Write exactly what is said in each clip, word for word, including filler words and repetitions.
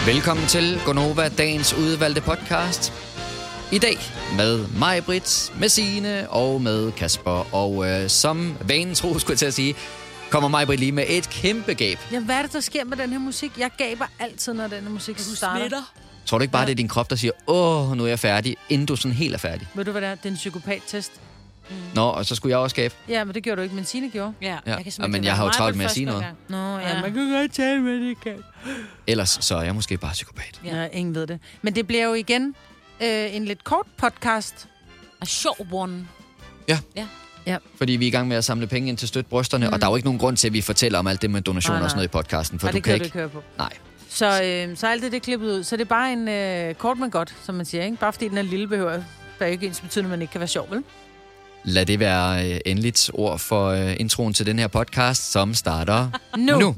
Velkommen til Gonova, dagens udvalgte podcast. I dag med mig, Britt, med Signe og med Kasper. Og øh, som vanen tro, skulle jeg til at sige, kommer mig, Britt, lige med et kæmpe gab. Ja, hvad er det, der sker med den her musik? Jeg gaber altid, når den her musik starter. Smitter. Tror du ikke bare, ja. Det er din krop, der siger, åh, nu er jeg færdig, inden du sådan helt er færdig? Ved du, hvad det er? Det er en psykopat-test. Mm. Nå, og så skulle jeg også gabe. Ja, men det gjorde du ikke, men Signe gjorde. Ja, ja. Jeg kan men jeg har jo travlt med at sige noget. Nå, ja, ja. Man kan godt tale med det, kan. Ellers så er jeg måske bare psykopat. Ja, ja, ingen ved det. Men det bliver jo igen øh, en lidt kort podcast. A short one. Ja. Ja. Ja. Fordi vi er i gang med at samle penge ind til støtte brysterne, mm. og der er jo ikke nogen grund til, at vi fortæller om alt det med donationer og sådan noget i podcasten, for nej, du det kan ikke... ikke... køre på. Nej. Så, øh, så alt det, det er klippet ud. Så det er bare en øh, kort, men godt, som man siger, ikke? Bare fordi den er lille, behøver der er ikke ens betydende, at man ikke kan være sjov, vel? Lad det være øh, endeligt ord for øh, introen til den her podcast, som starter nu. nu.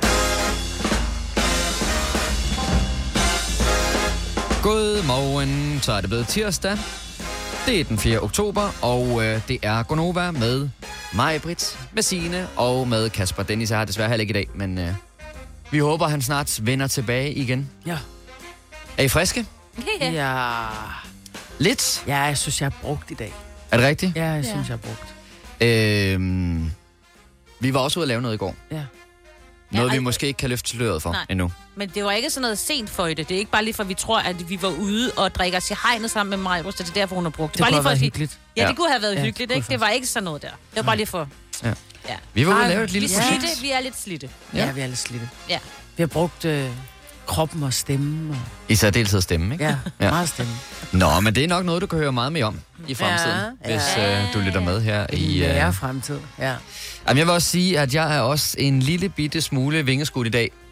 Godmorgen, så er det blevet tirsdag. Det er den fjerde oktober, og øh, det er Gonova med mig, Britt, med Signe og med Kasper. Dennis er her desværre heller ikke i dag, men øh, vi håber, han snart vender tilbage igen. Ja. Er I friske? Ja. Ja. Lidt? Ja, jeg synes, jeg er brugt i dag. Er det rigtigt? Ja, jeg ja. synes, jeg er brugt. Øhm, vi var også ude at lave noget i går. Ja. Noget, ja, vi måske ikke kan løfte sløret for nej. endnu. Men det var ikke sådan noget sent for det. Det er ikke bare lige for, at vi tror, at vi var ude og drikker os i hegnet sammen med mig, så det er derfor, hun har brugt. Det, det kunne bare have lige været for, hyggeligt. Ja, det kunne have været ja, hyggeligt, det ikke? Det var ikke sådan noget der. Det var bare lige for... Ja. Ja. Vi var ude at Ej, lave et lille Vi er projekt. slidte. Vi er lidt slidte. Ja, Ja. vi er lidt slidte. Ja. Vi har brugt øh, kroppen og stemmen. Og... I særdeleshed stemme, ikke? Ja, Ja. meget stemme. Nå, men det er nok noget, du kan høre meget mere om i fremtiden, Ja, hvis ja. øh, du lytter med her i... I Øh... nære fremtid, ja. Jamen, jeg vil også sige, at jeg er også en lille bitte smule vingeskudt i dag.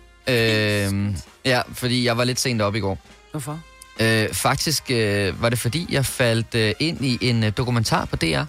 Øh, ja, fordi jeg var lidt sent op i går. Hvorfor? Øh, faktisk øh, var det fordi, jeg faldt øh, ind i en øh, dokumentar på D R.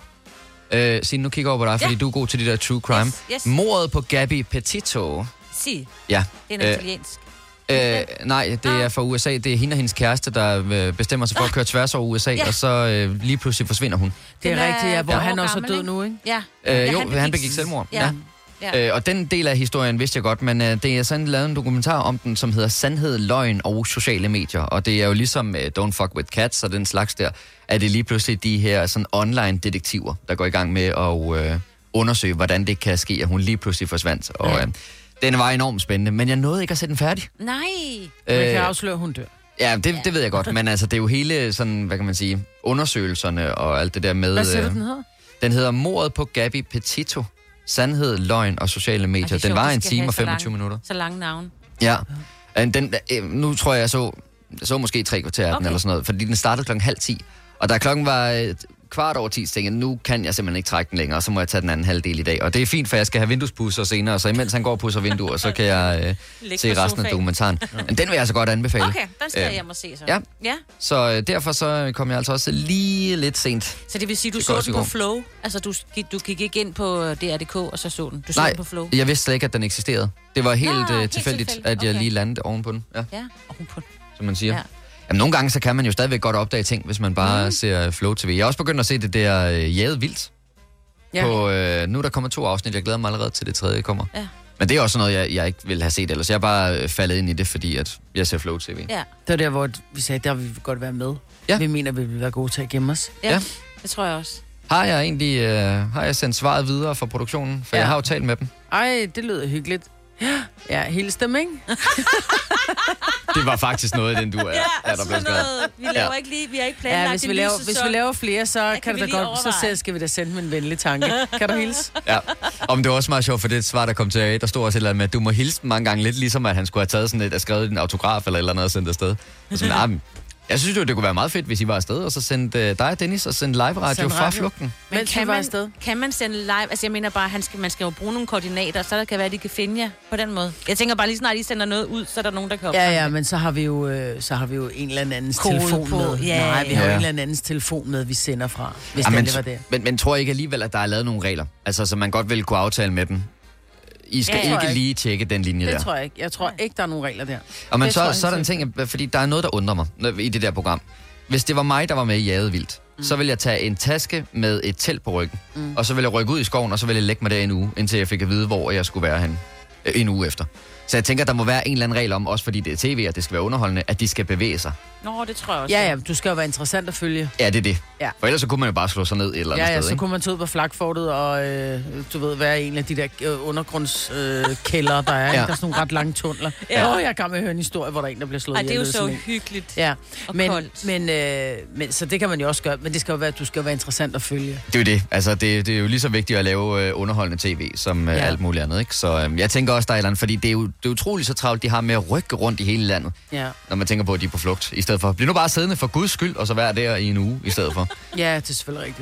Øh, Signe, nu kigger jeg over på dig, fordi Ja. du er god til de der true crime. Yes, yes. Mordet på Gabby Petito. Sig. Ja. Det er noget Øh, italiensk. Øh, nej, det er fra U S A. Det er hende og hendes kæreste, der øh, bestemmer sig for at køre tværs over U S A, Ja. og så øh, lige pludselig forsvinder hun. Det er Den er rigtigt, ja, hvor fem han år også er gammel, død ikke? nu, ikke? Ja. Øh, Ja, jo, han begik selvmord. Ja. Ja. Øh, og den del af historien vidste jeg godt, men øh, det er sådan lavet en dokumentar om den, som hedder Sandhed, Løgn og Sociale Medier. Og det er jo ligesom øh, Don't Fuck With Cats og den slags der, at det er lige pludselig de her sådan online-detektiver, der går i gang med at øh, undersøge, hvordan det kan ske, at hun lige pludselig forsvandt. Og Ja. øh, den var enormt spændende, men jeg nåede ikke at sætte den færdig. Nej. Man kan Øh, afsløre, at hun dør. Ja, det, det ved jeg godt, men altså, det er jo hele sådan, hvad kan man sige, undersøgelserne og alt det der med... Hvad siger du, øh, den hedder? Den hedder Mordet på Gabby Petito. Sandhed, Løgn og Sociale Medier. Og det er Den sjovt, var de en skal time have og så femogtyve lange- minutter. Så lange navn. Ja. Øh, Den, øh, nu tror jeg, jeg så, jeg så måske tre kvarter af den Okay. eller sådan noget, fordi den startede klokken halv ti. Og da klokken var øh, kvart over ti, så tænkte jeg, nu kan jeg simpelthen ikke trække den længere, og så må jeg tage den anden halvdel i dag. Og det er fint, for jeg skal have vinduespusser senere, så imens han går og pusser vinduer, så kan jeg øh, Ligge se på resten af sofaen. dokumentaren. Men den vil jeg altså godt anbefale. Okay, den skal Øh, jeg hjem og se så. ja. Ja. Så øh, derfor så kom jeg altså også lige lidt sent. Så det vil sige, du Det så går også den i på går. Flow? Altså, du, gik- du gik ikke ind på D R punktum D K, og så så den? Du så Nej, den på Flow? jeg vidste slet ikke, at den eksisterede. Det var helt, Nå, øh, helt tilfældigt, tilfældigt. at jeg Okay. lige landede oven på den. Ja, Ja, ovenpå. som man siger. Ja. Ja. Jamen, nogle gange så kan man jo stadigvæk godt opdage ting, hvis man bare Mm. mm. ser Flow T V. Jeg er også begyndt at se det der øh, Jaget Vildt. Ja. På, øh, nu er der kommet to afsnit. Jeg glæder mig allerede til det tredje kommer. Ja. Men det er også noget, jeg, jeg ikke ville have set ellers. Jeg er bare øh, faldet ind i det, fordi at jeg ser Flow T V. Ja. Det var der, hvor vi sagde, der vil vi godt være med. Ja. Vi mener, vi vil være gode til at gemme os. Ja, Ja. det tror jeg også. Har jeg egentlig øh, har jeg sendt svaret videre fra produktionen? For Ja. ja. jeg har jo talt med dem. Ej, det lyder hyggeligt. Ja, hele stemmen, ikke? Det var faktisk noget af den, du er, er der blevet skrevet. noget. Vi laver Ja. ikke lige, vi har ikke planlagt Ja, hvis vi, en laver, ny hvis sæson. vi laver flere, så kan, kan det vi da lige godt, så overveje. selv skal vi da sende med en venlig tanke. Kan du hilse? Ja, og men det var også meget sjovt, for det svar, der kom tilbage, der stod også et eller andet med, at du må hilse dem mange gange, lidt ligesom at han skulle have taget sådan et, og skrevet en autograf eller et eller andet og sendt afsted. Og sådan, nah, men jeg synes jo, det kunne være meget fedt, hvis I var afsted, og så sendte uh, dig, Dennis, og sendte live radio Send fra radio. flugten. Men Mens vi kan var man, afsted. kan man sende live? Altså, jeg mener bare, han skal, man skal jo bruge nogle koordinater, så der kan være, at de kan finde jer på den måde. Jeg tænker bare, lige snart I sender noget ud, så er der nogen, der kan opfange Ja, ja, det. men så har vi jo, øh, så har vi jo en eller andens Kode telefon på. med. Ja, Nej, vi har jo ja. en eller andens telefon med, vi sender fra, hvis Ja, ja, men, det var det. men, men tror I ikke alligevel, at der er lavet nogle regler? Altså, så man godt vil kunne aftale med dem. I skal Ja, ja, tror jeg ikke ikke. lige tjekke den linje Det der. tror jeg ikke. Jeg tror ikke, der er nogen regler der. Og men det tror så, jeg så er der en ikke. ting, at- fordi der er noget, der undrer mig når- i det der program. Hvis det var mig, der var med i Jaget Vildt, mm. så ville jeg tage en taske med et telt på ryggen, mm. og så ville jeg rykke ud i skoven, og så ville jeg lægge mig der en uge, indtil jeg fik at vide, hvor jeg skulle være hen øh, en uge efter. Så jeg tænker, der må være en eller anden regel om, også fordi det er tv, og det skal være underholdende, at de skal bevæge sig. Nå, det tror jeg også. Ja, ja, du skal jo være interessant at følge. Ja, det er det. Ja. For ellers så kunne man jo bare slå sig ned et eller andet Ja, ja, sted, så ikke? kunne man tage ud på flakfortet og, øh, du ved, være en af de der øh, undergrundskælder, øh, der er. Ja. Der er sådan nogle ret lange tunneler. Ja. Åh, oh, jeg er gammel med at høre en historie, hvor der er en, der bliver slået Ej, det er jo ihjel, så sådan en. hyggeligt. Ja, og men, koldt. men, øh, men, så det kan man jo også gøre, men det skal jo være, du skal jo være interessant at følge. Det er jo det. Altså, det, det er jo lige så vigtigt at lave øh, underholdende tv, som øh, Ja. alt muligt andet, ikke? Så øh, jeg tænker også, der er et eller andet, fordi det er jo det er utroligt så travlt, de har med at rykke rundt i hele landet, Ja, når man tænker på, at de er på flugt, i stedet for. Bliv nu bare siddende for Guds skyld, og så være der i en uge, i stedet for. ja det er selvfølgelig rigtigt.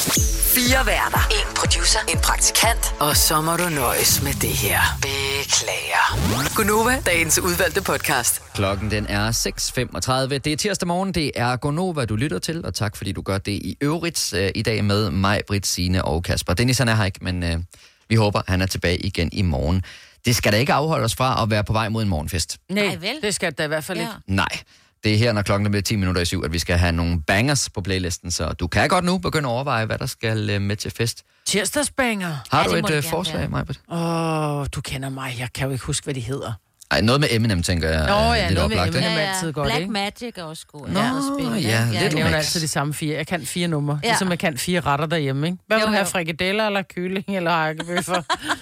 Fire værter. En producer. En praktikant. Og så må du nøjes med det her. Beklager. Gunova, dagens udvalgte podcast. Klokken den er seks femogtredive. Det er tirsdag morgen, det er Gonova, du lytter til, og tak fordi du gør det i øvrigt øh, i dag med mig, Britt, Signe og Kasper. Dennis han er her ikke, men øh, vi håber, han er tilbage igen i morgen. Det skal da ikke afholde os fra at være på vej mod en morgenfest. Nej, Nej, vel? det skal det da i hvert fald Ja. ikke. Nej, det er her, når klokken er blevet ti minutter i syv, at vi skal have nogle bangers på playlisten, så du kan godt nu begynde at overveje, hvad der skal øh, med til fest. Tirsdagsbanger. Har Ja, du det et må det øh, gerne forslag, være. Majbert? Åh, oh, du kender mig. Jeg kan jo ikke huske, hvad de hedder. Ej, noget med Eminem, tænker jeg. Nå, er ja, lidt noget med oplagt, ikke? Eminem. er altid godt, Black ikke? Magic er også god. Nå, at spille, ja, ikke? lidt Jeg nævner Max. altid de samme fire. Jeg kan fire numre. Ja. Ligesom jeg kan fire retter derhjemme, ikke? Hvad vil Jo, du have? jo. Frikadeller eller kylling eller hakkebøffer?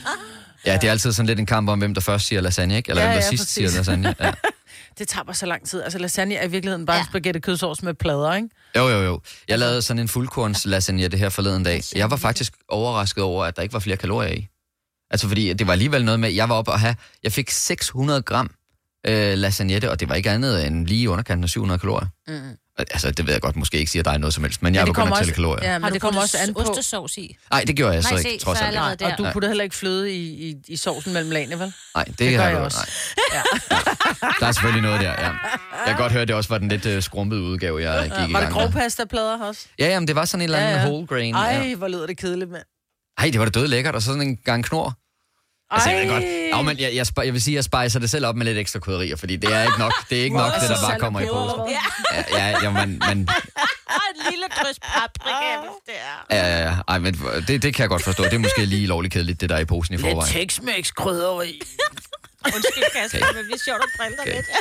Ja, det er altid sådan lidt en kamp om, hvem der først siger lasagne, ikke? Eller Ja, hvem der ja, sidst præcis. siger lasagne. Ja. Det tager bare så lang tid. Altså lasagne er i virkeligheden bare Ja. ja. spaghetti kødsovs med plader, ikke? Jo, jo, jo. Jeg lavede sådan en fuldkorns lasagne det her forleden dag. Jeg var faktisk overrasket over, at der ikke var flere kalorier i. Altså fordi det var alligevel noget med, jeg var oppe og have, jeg fik seks hundrede gram øh, lasagne, og det var ikke andet end lige i underkanten af syv hundrede kalorier. Mm. Altså, det ved jeg godt måske ikke siger dig noget som helst, men jeg det begynder kommer at tælle også- kalorier. Ja, Har men du det kommer også an på... ostesovs i? Nej, det gjorde jeg så Nej, ikke, se, trods så alt. allerede ikke. der. Og du putter heller ikke fløde i, i, i sovsen mellem lagene, vel? Nej, det, Det har gør du jeg også. Nej. Der er selvfølgelig noget der, ja. Jeg kan godt høre, at det også var den lidt uh, skrumpede udgave, jeg gik i Var gang der med. grovpasta-plader også? Ja, jamen, det var sådan en eller anden Ja, ja. whole grain. Ej, Ja. hvor lyder det kedeligt, mand. Ej, det var da død lækkert, og så sådan en gang knor. Altså, jeg, Ej. ved godt, ja, men jeg, jeg, sp- jeg vil sige, at jeg spejser det selv op med lidt ekstra krydderier, fordi det er ikke nok, det er ikke nok, det der bare kommer i posen. Ja, Ja, ja, ja, men, men, en lille drøs paprika, hvis det er. ja, ja, ja, ej, men det, det kan jeg godt forstå. Det er måske lige lovligt kedeligt, det der er i posen i Lidt forvejen. Tex-Mex krydderi. Undskyld, Kasper, men vi er sjovt at drille dig lidt.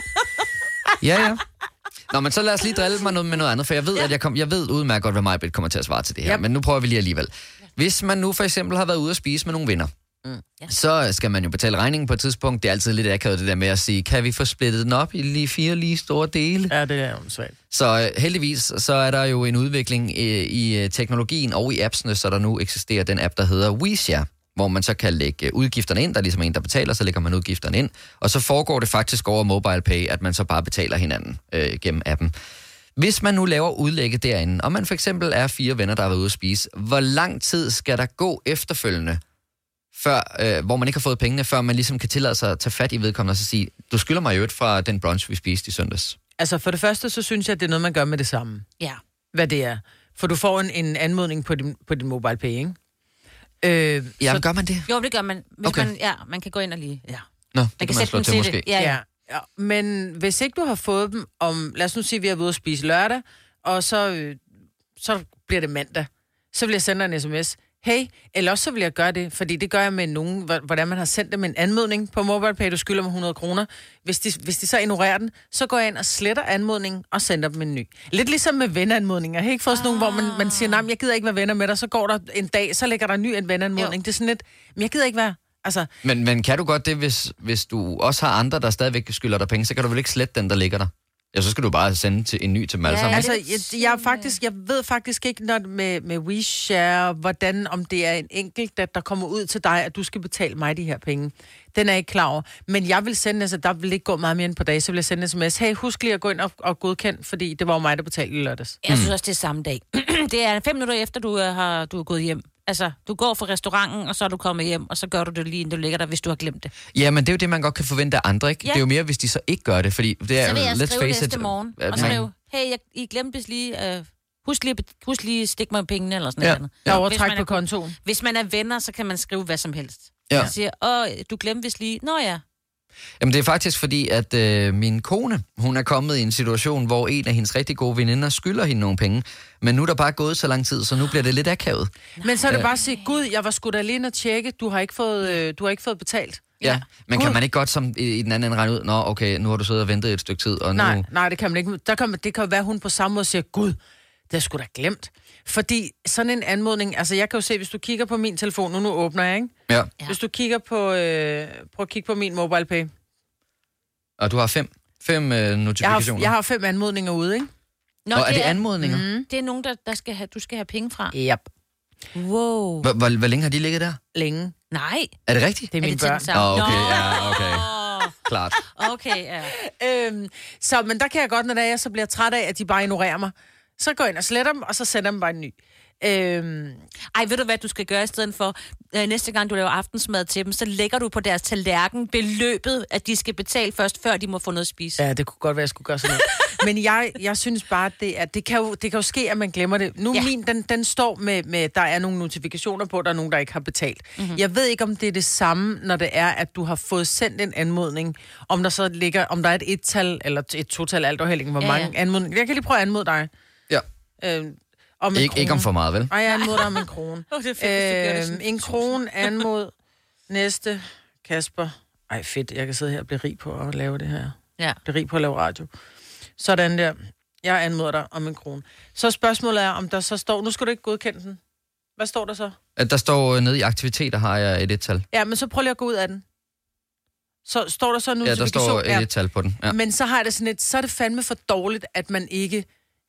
Ja, ja. Nå, men så lad os lige drille mig noget med noget andet, for jeg ved, ja. at jeg, kom, jeg ved udmærket godt, hvad Majbrit kommer til at svare til det her, Yep. men nu prøver vi lige alligevel. Hvis man nu for eksempel har været ude at spise med nogle venner, Mm, ja. så skal man jo betale regningen på et tidspunkt. Det er altid lidt akavet det der med at sige, kan vi få splittet den op i lige fire lige store dele? Ja, det er jo svært. Så øh, heldigvis, så er der jo en udvikling øh, i øh, teknologien og i appsene, så der nu eksisterer den app, der hedder WeShare, hvor man så kan lægge øh, udgifterne ind. Der er ligesom en, der betaler, så lægger man udgifterne ind. Og så foregår det faktisk over MobilePay, at man så bare betaler hinanden øh, gennem appen. Hvis man nu laver udlægget derinde, og man for eksempel er fire venner, der har været ude at spise, hvor lang tid skal der gå efterfølgende, før, øh, hvor man ikke har fået pengene, før man ligesom kan tillade sig at tage fat i vedkommende og så sige, du skylder mig jo et fra den brunch, vi spiste i søndags. Altså for det første, så synes jeg, at det er noget, man gør med det samme. Ja. Hvad det er. For du får en, en anmodning på din, på din MobilePay, ikke? Øh, Ja, så, gør man det? Jo, det gør man. Hvis Okay. man, ja, man kan gå ind og lige... Ja. Nå, det Man kan kan man sætte slå dem til til måske. det. Ja, ja. ja, ja. Men hvis ikke du har fået dem om... Lad os nu sige, at vi er ude at spise lørdag, og så, øh, så bliver det mandag. Så vil jeg sende dig en sms. Hey, eller også så vil jeg gøre det, fordi det gør jeg med nogen, hvordan man har sendt dem en anmodning på MobilePay, du skylder mig hundrede kroner. Hvis de, hvis de så ignorerer den, så går jeg ind og sletter anmodningen og sender dem en ny. Lidt ligesom med venanmodninger. Jeg har ikke fået sådan ah. nogle, hvor man, man siger, nej, jeg gider ikke være venner med dig. Så går der en dag, så lægger der en ny en venanmodning. Jo. Det er sådan lidt, men jeg gider ikke være... Altså, Men, men kan du godt det, hvis, hvis du også har andre, der stadigvæk skylder dig penge, så kan du vel ikke slette den, der ligger der? Ja, så skal du bare sende til en ny til dem alle Ja, sammen. altså, lidt jeg, jeg, er faktisk, jeg ved faktisk ikke når, med, med WeShare, hvordan, om det er en enkelt, der, der kommer ud til dig, at du skal betale mig de her penge. Den er jeg ikke klar over. Men jeg vil sende, altså, der vil ikke gå meget mere end på dag, så vil jeg sende en sms. Hey, husk lige at gå ind og, og godkende, fordi det var jo mig, der betalte i lørdags. Jeg synes også, det er samme dag. Det er fem minutter efter, du er, har, du er gået hjem. Altså, du går fra restauranten, og så er du kommet hjem, og så gør du det lige, inden du ligger der, hvis du har glemt det. Ja, men det er jo det, man godt kan forvente af andre, ikke? Ja. Det er jo mere, hvis de så ikke gør det, fordi det er Så vil jeg let's skrive face næste it, morgen, at og man- skrive, hey, jeg, I glemte lige, uh, husk lige, husk lige stik mig pengene, eller sådan Ja. noget andet. Der er Hvis overtræk man på er- kontoen. Hvis man er venner, så kan man skrive hvad som helst. Ja. Ja. Så siger, åh, du glemte vist lige, nå ja. Jamen det er faktisk fordi, at øh, min kone, hun er kommet i en situation, hvor en af hendes rigtig gode veninder skylder hende nogle penge. Men nu er der bare gået så lang tid, så nu bliver det lidt akavet. Men så er det bare at sige, gud, jeg var sgu da lige inde og tjekke, du har ikke fået, øh, du har ikke fået betalt. Ja, men God. Kan man ikke godt som i, i den anden ende regne ud, nå okay, nu har du siddet og ventet et stykke tid, og nu... Nej, nej, det kan man ikke. Der kan man, det kan jo være, hun på samme måde siger, gud, det har sgu da glemt. Fordi sådan en anmodning, altså jeg kan jo se, hvis du kigger på min telefon, nu, nu åbner jeg, ikke? Ja. Hvis du kigger på, øh, prøv at kigge på min MobilePay. Og du har fem, fem øh, notifikationer? Jeg har, jeg har fem anmodninger ude, ikke? Nå, og er det anmodninger? Mm, det er nogen, der, der skal have, du skal have penge fra. Yep. Wow. Hvor, hvor, hvor længe har de ligget der? Længe. Nej. Er det rigtigt? Det er mine er børn. Åh, oh, okay, ja, okay. Klart. Okay, ja. Øhm, så, men der kan jeg godt, når det er, jeg så bliver træt af, at de bare ignorerer mig. Så går jeg ind og sletter dem, og så sender dem bare en ny. Øhm... Ej, ved du hvad du skal gøre i stedet for? Øh, næste gang du laver aftensmad til dem, så lægger du på deres tallerken beløbet, at de skal betale først, før de må få noget at spise. Ja, det kunne godt være, at jeg skulle gøre sådan noget. Men jeg, jeg synes bare, at det, at det, kan jo, det kan jo ske, at man glemmer det. Nu ja. min, den, den står med, med, der er nogle notifikationer på, der er nogen, der ikke har betalt. Mm-hmm. Jeg ved ikke, om det er det samme, når det er, at du har fået sendt en anmodning, om der så ligger, om der er et et-tal, eller et to-tal, alt afhængig, hvor ja, mange ja. anmodninger. Jeg kan lige prøve at anmode dig. Ja. Øhm, Om Ik- ikke om for meget, vel? Nej, jeg anmoder dig om en krone. Oh, det er fedt, øhm, en krone anmod næste Kasper. Ej, fedt, jeg kan sidde her og blive rig på at lave det her. Ja. Blive rig på at lave radio. Sådan der. Jeg anmoder dig om en krone. Så spørgsmålet er, om der så står... Nu skal du ikke godkende den. Hvad står der så? At der står nede i aktiviteter, har jeg et et-tal. Ja, men så prøv lige at gå ud af den. Så står der så nu... Ja, der står et et-tal på den. Ja. Men så har jeg det sådan et... Så er det fandme for dårligt, at man ikke...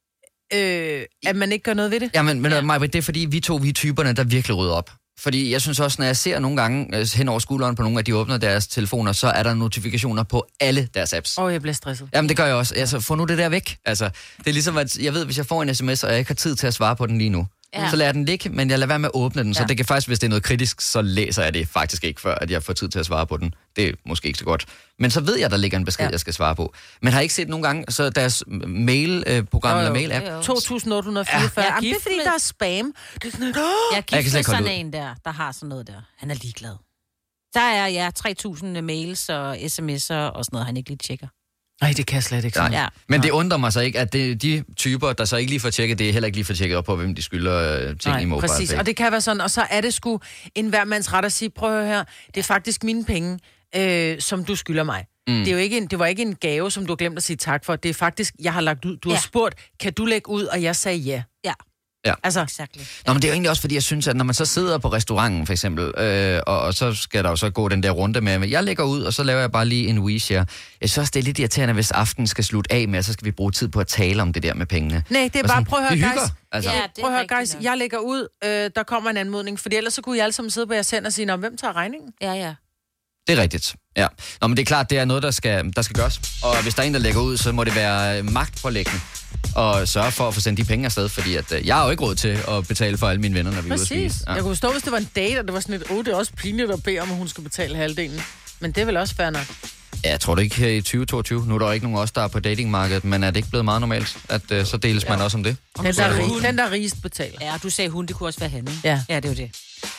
Øh, at man ikke gør noget ved det. Ja, men, men ja. Maja, det er fordi, vi to, vi er typerne, der virkelig rydder op. Fordi jeg synes også, når jeg ser nogle gange hen over skulderen på nogle af de åbner deres telefoner, så er der notifikationer på alle deres apps. Åh, oh, jeg bliver stresset. Jamen, det gør jeg også. Altså, få nu det der væk. Altså, det er ligesom, at jeg ved, hvis jeg får en sms, og jeg ikke har tid til at svare på den lige nu, ja. så lader jeg den ligge, men jeg lader være med at åbne den. Ja. Så det kan faktisk, hvis det er noget kritisk, så læser jeg det faktisk ikke, før at jeg får tid til at svare på den. Det er måske ikke så godt. Men så ved jeg, der ligger en besked, ja. jeg skal svare på. Men har I ikke set nogle gange, så deres mail-program eller mail-app? to tusind otte hundrede og fireogfyrre. Ja, det er fordi, der er spam. Det er sådan et, jeg er gift med sådan en der, der har sådan noget der. Han er ligeglad. Der er ja, tre tusind mails og sms'er og sådan noget, han ikke lige tjekker. Nej, det kan jeg slet ikke. Ja. Men det undrer mig så ikke, at det, de typer, der så ikke lige får tjekket, det er heller ikke lige får tjekket op på, hvem de skylder uh, ting Nej, i mobile. Præcis, og det kan være sådan, og så er det sgu en hver mands ret at sige, prøv at høre her, det er faktisk mine penge, øh, som du skylder mig. Mm. Det, er jo ikke en, det var ikke en gave, som du har glemt at sige tak for. Det er faktisk, jeg har lagt ud. Du ja. har spurgt, kan du lægge ud, og jeg sagde ja. Ja. Ja. Altså, exactly. Nå, men det er jo egentlig også, fordi jeg synes, at når man så sidder på restauranten, for eksempel, øh, og, og så skal der jo så gå den der runde med, at jeg lægger ud, og så laver jeg bare lige en WeShare. Jeg synes også, det er lidt irriterende, hvis aftenen skal slutte af med, og så skal vi bruge tid på at tale om det der med pengene. Nej, det er bare, sådan, prøv at høre, guys. Altså. Ja, prøv at høre, guys, jeg lægger ud, øh, der kommer en anmodning, fordi ellers så kunne I alle sammen sidde på jeres hænder og sige, nå, hvem tager regningen? Ja, ja. Det er rigtigt, ja. Nå, men det er klart, det er noget, der skal, der skal gøres. Og hvis der er en, der lægger ud, så må det være magtpålæggende og sørge for at få sendt de penge afsted, fordi at, øh, jeg har jo ikke råd til at betale for alle mine venner, når vi er ude at spise. Ja. Jeg kunne forstå, hvis det var en date, og det var sådan et, åh, oh, det er også pinligt at bede om, at hun skal betale halvdelen. Men det er vel også fair nok. Ja, jeg tror det ikke her i tyve toogtyve. Nu er der ikke nogen af os, der er på datingmarkedet, men er det ikke blevet meget normalt, at øh, så deles man ja. også om det? Den, der, er rig, den, der er rigest betaler. Ja, du sagde hun, det kunne også være hende. Ja. Ja, det er jo det.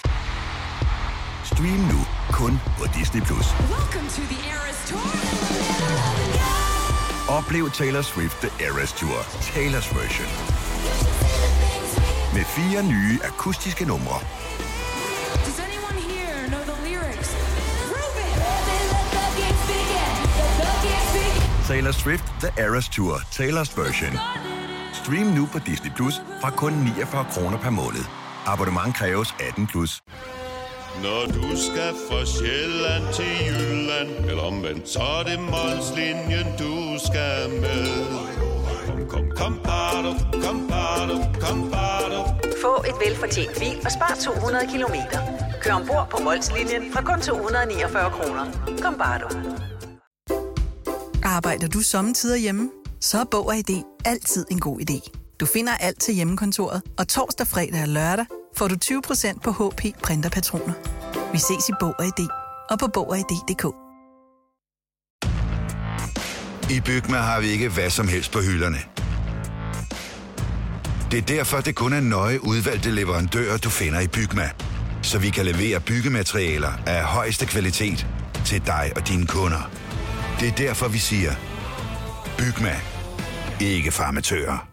Stream nu kun på Disney plus. Oplev Taylor Swift The Eras Tour, Taylor's version. Med fire nye akustiske numre. Taylor Swift The Eras Tour, Taylor's version. Stream nu på Disney plus fra kun niogfyrre kroner per måned. Abonnement kræves atten plus. Når du skal fra Sjælland til Jylland, eller omvendt, så er det Molslinjen, du skal med. Kom, kom, kom, bado, kom, bado, kom, bado. Få et velfortjent bil og spar to hundrede kilometer. Kør ombord på Molslinjen fra kun to hundrede niogfyrre kroner. Kom, bado. Arbejder du sommetider hjemme? Så er Bog og I D altid en god idé. Du finder alt til hjemmekontoret, og torsdag, fredag og lørdag får du tyve procent på H P printerpatroner. Vi ses i Bog og I D og på bog og i d punktum d k. I Bygma har vi ikke hvad som helst på hylderne. Det er derfor, det kun er nøje udvalgte leverandører, du finder i Bygma. Så vi kan levere byggematerialer af højeste kvalitet til dig og dine kunder. Det er derfor, vi siger, Bygma. Ikke farmatører.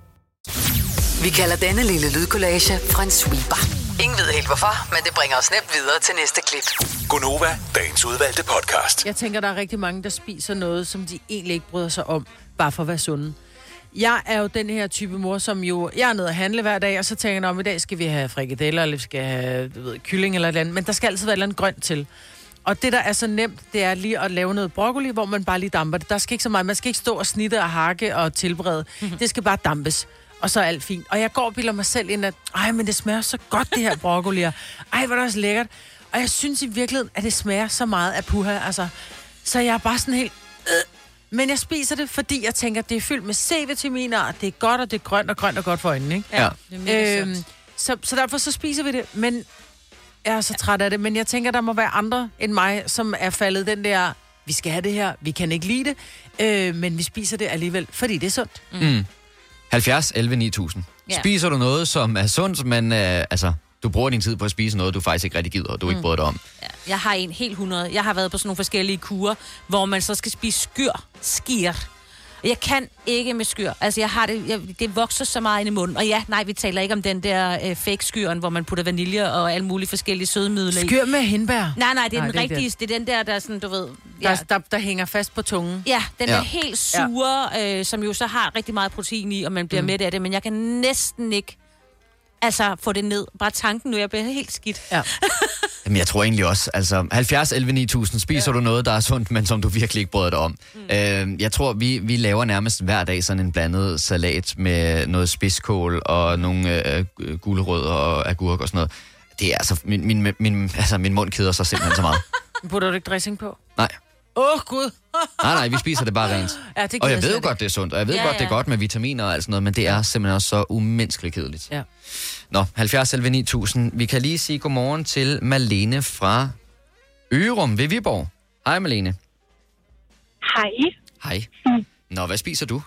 Vi kalder denne lille lydkollage en sweeper. Ingen ved helt hvorfor, men det bringer os nemt videre til næste klip. Gonova, dagens udvalgte podcast. Jeg tænker, der er rigtig mange, der spiser noget, som de egentlig ikke bryder sig om, bare for at være sunde. Jeg er jo den her type mor, som jo... Jeg er nede at handle hver dag, og så tænker jeg, om i dag skal vi have frikadeller, eller vi skal have du ved, kylling eller et eller andet. Men der skal altid være et eller andet grønt til. Og det, der er så nemt, det er lige at lave noget broccoli, hvor man bare lige damper det. Der skal ikke så meget. Man skal ikke stå og snitte og hakke og tilberede. Mm-hmm. Det skal bare dampes. Og så er alt fint. Og jeg går og bilder mig selv ind, at ej, men det smager så godt, det her broccoli. Ej, hvor er det også lækkert. Og jeg synes i virkeligheden, at det smager så meget af puha. Altså, så jeg er bare sådan helt... Øh. Men jeg spiser det, fordi jeg tænker, at det er fyldt med C-vitaminer, og det er godt, og det er grønt og grønt og godt for øjnene, ikke? Ja. Øhm, så, så derfor så spiser vi det. Men jeg er så træt af det. Men jeg tænker, der må være andre end mig, som er faldet den der... Vi skal have det her, vi kan ikke lide det, øh, men vi spiser det alligevel, fordi det er sundt. Mm. halvfjerds elleve ni tusind. Ja. Spiser du noget, som er sundt, men øh, altså, du bruger din tid på at spise noget, du faktisk ikke rigtig gider, og du mm. ikke bryder dig om. Ja. Jeg har en helt hundrede. Jeg har været på sådan nogle forskellige kurer, hvor man så skal spise skyr, skir. Jeg kan ikke med skyr. Altså, jeg har det, jeg, det vokser så meget ind i munden. Og ja, nej, vi taler ikke om den der øh, fake-skyren, hvor man putter vanilje og alle mulige forskellige sødemidler i. Skyr med hindbær? Nej, nej, det er nej, den det rigtige. Det. det er den der, der er sådan, du ved... Der, Ja, der, der hænger fast på tungen. ja den Ja. er helt sure, ja. øh, som jo så har rigtig meget protein i, og man bliver mm. mæt af det. Men jeg kan næsten ikke altså få det ned. Bare tanken nu, jeg bliver helt skidt. Ja. Jamen, jeg tror egentlig også, altså halvfjerds elleve ni tusind, spiser ja. du noget, der er sundt, men som du virkelig ikke bryder dig om. Mm. Øh, jeg tror, vi, vi laver nærmest hver dag sådan en blandet salat med noget spidskål og nogle øh, gulerødder og agurk og sådan noget. Det er altså, min, min, min, altså, min mund keder sig simpelthen så meget. Putter du ikke dressing på? Nej. Åh, oh, Gud! nej, nej, vi spiser det bare rent. Ja, det og jeg ved jo ikke. godt, det er sundt, og jeg ved Ja, godt, det er ja. godt med vitaminer og alt sådan noget, men det er simpelthen også så umenneskeligt kedeligt. Ja. Nå, halvfjerds elleve ni tusind. Vi kan lige sige godmorgen til Malene fra Ørum ved Viborg. Hej, Malene. Hej. Hej. Nå, hvad spiser du?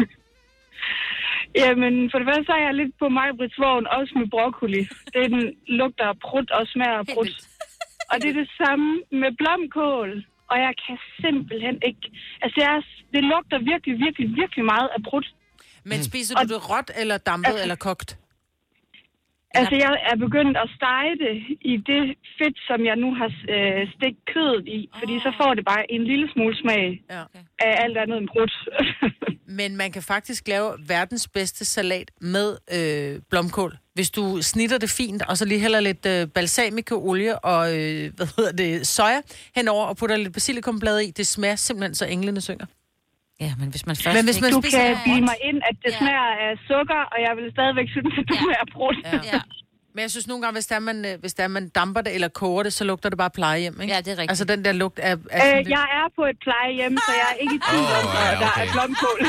Jamen, for det første så er jeg lidt på Maj-Brits vogn, også med broccoli. Det den lugter af prut og smager af prut. Og det er det samme med blomkål. Og jeg kan simpelthen ikke... Altså, jeg, det lugter virkelig, virkelig, virkelig meget af prut. Men spiser du det råt, eller dampet, altså, eller kogt? Altså, jeg er begyndt at stege det i det fedt, som jeg nu har øh, stegt kødet i. Fordi så får det bare en lille smule smag Ja. af alt andet end prut. Men man kan faktisk lave verdens bedste salat med øh, blomkål. Hvis du snitter det fint, og så lige hælder lidt øh, balsamicoolie og øh, hvad hedder det, soja henover, og putter lidt basilikumblad i, det smager simpelthen så englene synger. Ja, men hvis man først Men hvis man Du spiser kan det bilde råt. mig ind, at det Ja. smager af sukker, og jeg vil stadigvæk synes, at det Ja. smager af prut. Ja. Ja. Men jeg synes nogle gange, hvis der man, øh, hvis der man damper det eller koger det, så lugter det bare plejehjem, ikke? Ja, det er rigtigt. Altså den der lugt af... af Øh, sådan lidt- jeg er på et plejehjem, så jeg er ikke i tvivl om, Åh, ja, at der okay. er blomkål.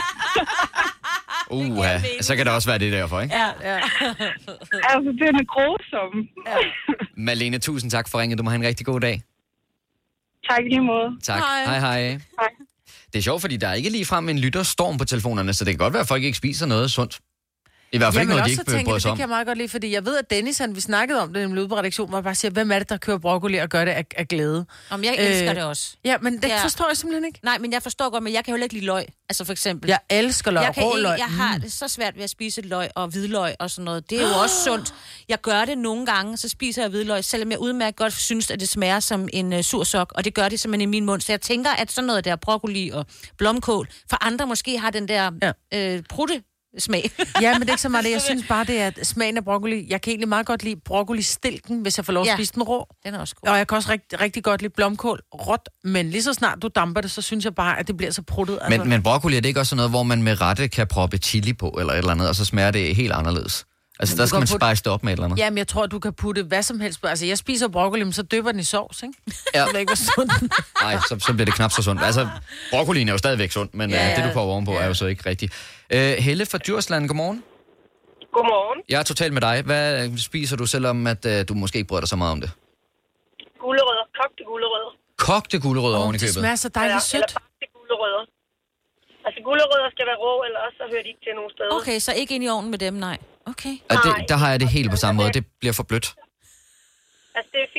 Uha, så kan det også være det derfor, ikke? Ja, ja. Altså, det er grusom. ja. Malene, tusind tak for ringet. Du må have en rigtig god dag. Tak i lige måde. Tak. Hej. Hej, hej. Hej. Det er sjovt, fordi der er ikke ligefrem en lytterstorm på telefonerne, så det kan godt være, at folk ikke spiser noget sundt. I hvert fald ikke Jamen noget, de også ikke så tænker bryder jeg, sig det om. kan jeg meget godt lide, fordi jeg ved, at Dennis, han, vi snakkede om det nemlig ude på redaktionen, hvor jeg bare siger, hvem er det, der kører broccoli og gør det af, af glæde? Om jeg elsker Øh, det også. Ja, men det Ja. forstår jeg simpelthen ikke. Nej, men jeg forstår godt, men jeg kan jo ikke lide løg. Altså for eksempel. Jeg elsker løg, jeg, kan rå ikke, løg. jeg har det så svært ved at spise løg og hvidløg og sådan noget. Det er jo også sundt. Jeg gør det nogle gange, så spiser jeg hvidløg, selvom jeg udmærket godt synes, at det smager som en uh, sur sok, og det gør det simpelthen i min mund. Så jeg tænker, at sådan noget der broccoli og blomkål, for andre måske har den der ja. øh, prutte smag. Ja, men det er ikke så meget det. Jeg synes bare, det er at smagen af broccoli. Jeg kan egentlig meget godt lide broccoli-stilken, hvis jeg får lov at Ja. spise den rå. Den er også god. Og jeg kan også rigtig, rigtig godt lide blomkål råt, men lige så snart du damper det, så synes jeg bare, at det bliver så pruttet. Altså. Men, men broccoli, er det ikke også sådan noget, hvor man med rette kan proppe chili på, eller et eller andet, og så smager det helt anderledes? Altså, Men der du skal kan man putte- spice det op med et eller andet. Jamen, jeg tror, du kan putte hvad som helst på. Altså, jeg spiser broccoli, men så dypper den i sovs, ikke? Ja. Det er ikke, hvor sundt. Nej, så, så bliver det knap så sundt. Altså, broccolien er jo stadigvæk sundt, men Ja, ja, ja. ja. det, du får ovenpå, er jo så ikke rigtigt. Uh, Helle fra Djursland, godmorgen. Godmorgen. Jeg er totalt med dig. Hvad spiser du, selvom at, uh, du måske ikke bryder dig så meget om det? Gulerødder. Kogte gulerødder. Kogte gulerødder Oh, oven i det købet. smager så dejligt sødt. Eller bagte gulerødder. Altså, gulerødder skal være rå, eller også så hører de ikke til nogen steder. Okay, så ikke ind i ovnen med dem, nej. Okay. Og det, der har jeg det helt på samme måde. Det bliver for blødt. Altså, det er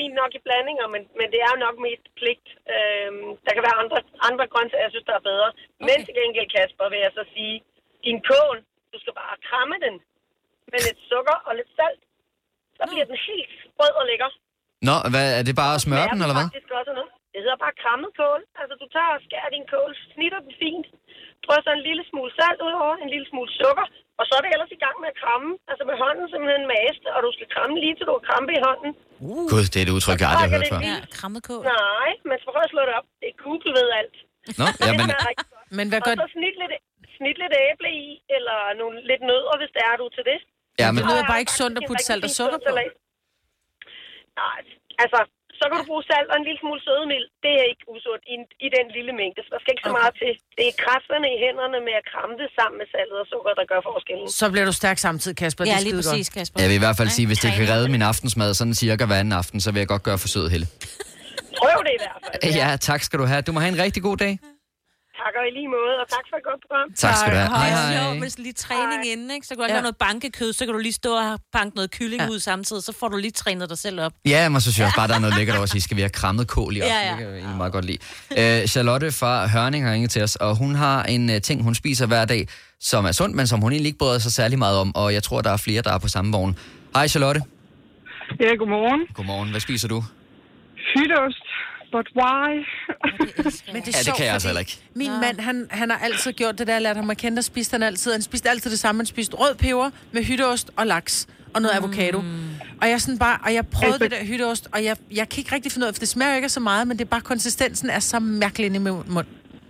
fint nok i blandinger, men, men det er jo nok mest pligt. Øhm, der kan være andre, andre grøntsager, jeg synes, der er bedre. Okay. Men til gengæld, Kasper, vil jeg så sige, din kål, du skal bare kramme den med lidt sukker og lidt salt. Så bliver den helt sprød og lækker. Nå, hvad, er det bare at smøre den, eller hvad? Det hedder bare krammet kål. Altså, du tager og skærer din kål, snitter den fint, drysser en lille smule salt ud over, en lille smule sukker, og så er det ellers i gang med at kramme. Altså med hånden simpelthen maste, og du skal kramme lige til du har krampe i hånden. Uh. Gud, det er et udtryk, jeg aldrig har hørt før. Ja, krammet kål. Nej, men så prøv at slå det op. Det er Google ved alt. Nå, ja, men... men hvad gør... Og så snit lidt, snit lidt æble i, eller nogle, lidt nødder, hvis det er du til det. Ja, men... Det lyder bare ikke sundt at putte salt og sukker på. Nej, altså... Så kan du bruge salt og en lille smule sødemild. Det er ikke usundt i, i den lille mængde. Så der skal ikke så meget til. Det er kræfterne i hænderne med at kramme det sammen med saltet og sukker, der gør forskellen. Så bliver du stærk samtidig, Kasper. Ja, det lige præcis, Kasper. Jeg vil i hvert fald sige, hvis det kan redde min aftensmad sådan cirka hver anden aften, så vil jeg godt gøre forsøget, Helle. Prøv det i hvert fald. Ja. ja, tak skal du have. Du må have en rigtig god dag. Tak og i lige måde, og tak for et godt program. Tak skal du have. Hej, hej. Jo, med lige træning hej. Inden, ikke? Så kan du ja. Lave noget bankekød, så kan du lige stå og banke noget kylling ja. Ud samtidig, så får du lige trænet dig selv op. Ja, men så synes jeg også bare, der er noget lækkert over at sige, skal vi have krammet kål i aften? Ja, ja. Det kan jeg egentlig meget godt lide. Uh, Charlotte fra Hørning har ringet til os, og hun har en uh, ting, hun spiser hver dag, som er sundt, men som hun egentlig ikke bryder sig særlig meget om, og jeg tror, der er flere, der er på samme vogn. Hej, Charlotte. Ja, godmorgen. Godmorgen. Hvad spiser du? Hytteost. But why? Men det er ja, sjovt, det kan jeg altså heller ikke. Min ja. mand, han, han har altid gjort det der, jeg lærte ham at kende, der spiste han altid. Han spiste altid det samme. Han spiste rød peber med hytteost og laks og noget mm. avocado. Og jeg sådan bare, og jeg prøvede altså, det der hytteost, og jeg, jeg kan ikke rigtig finde ud af, for det smager ikke så meget, men det er bare konsistensen er så mærkelig inde i munden.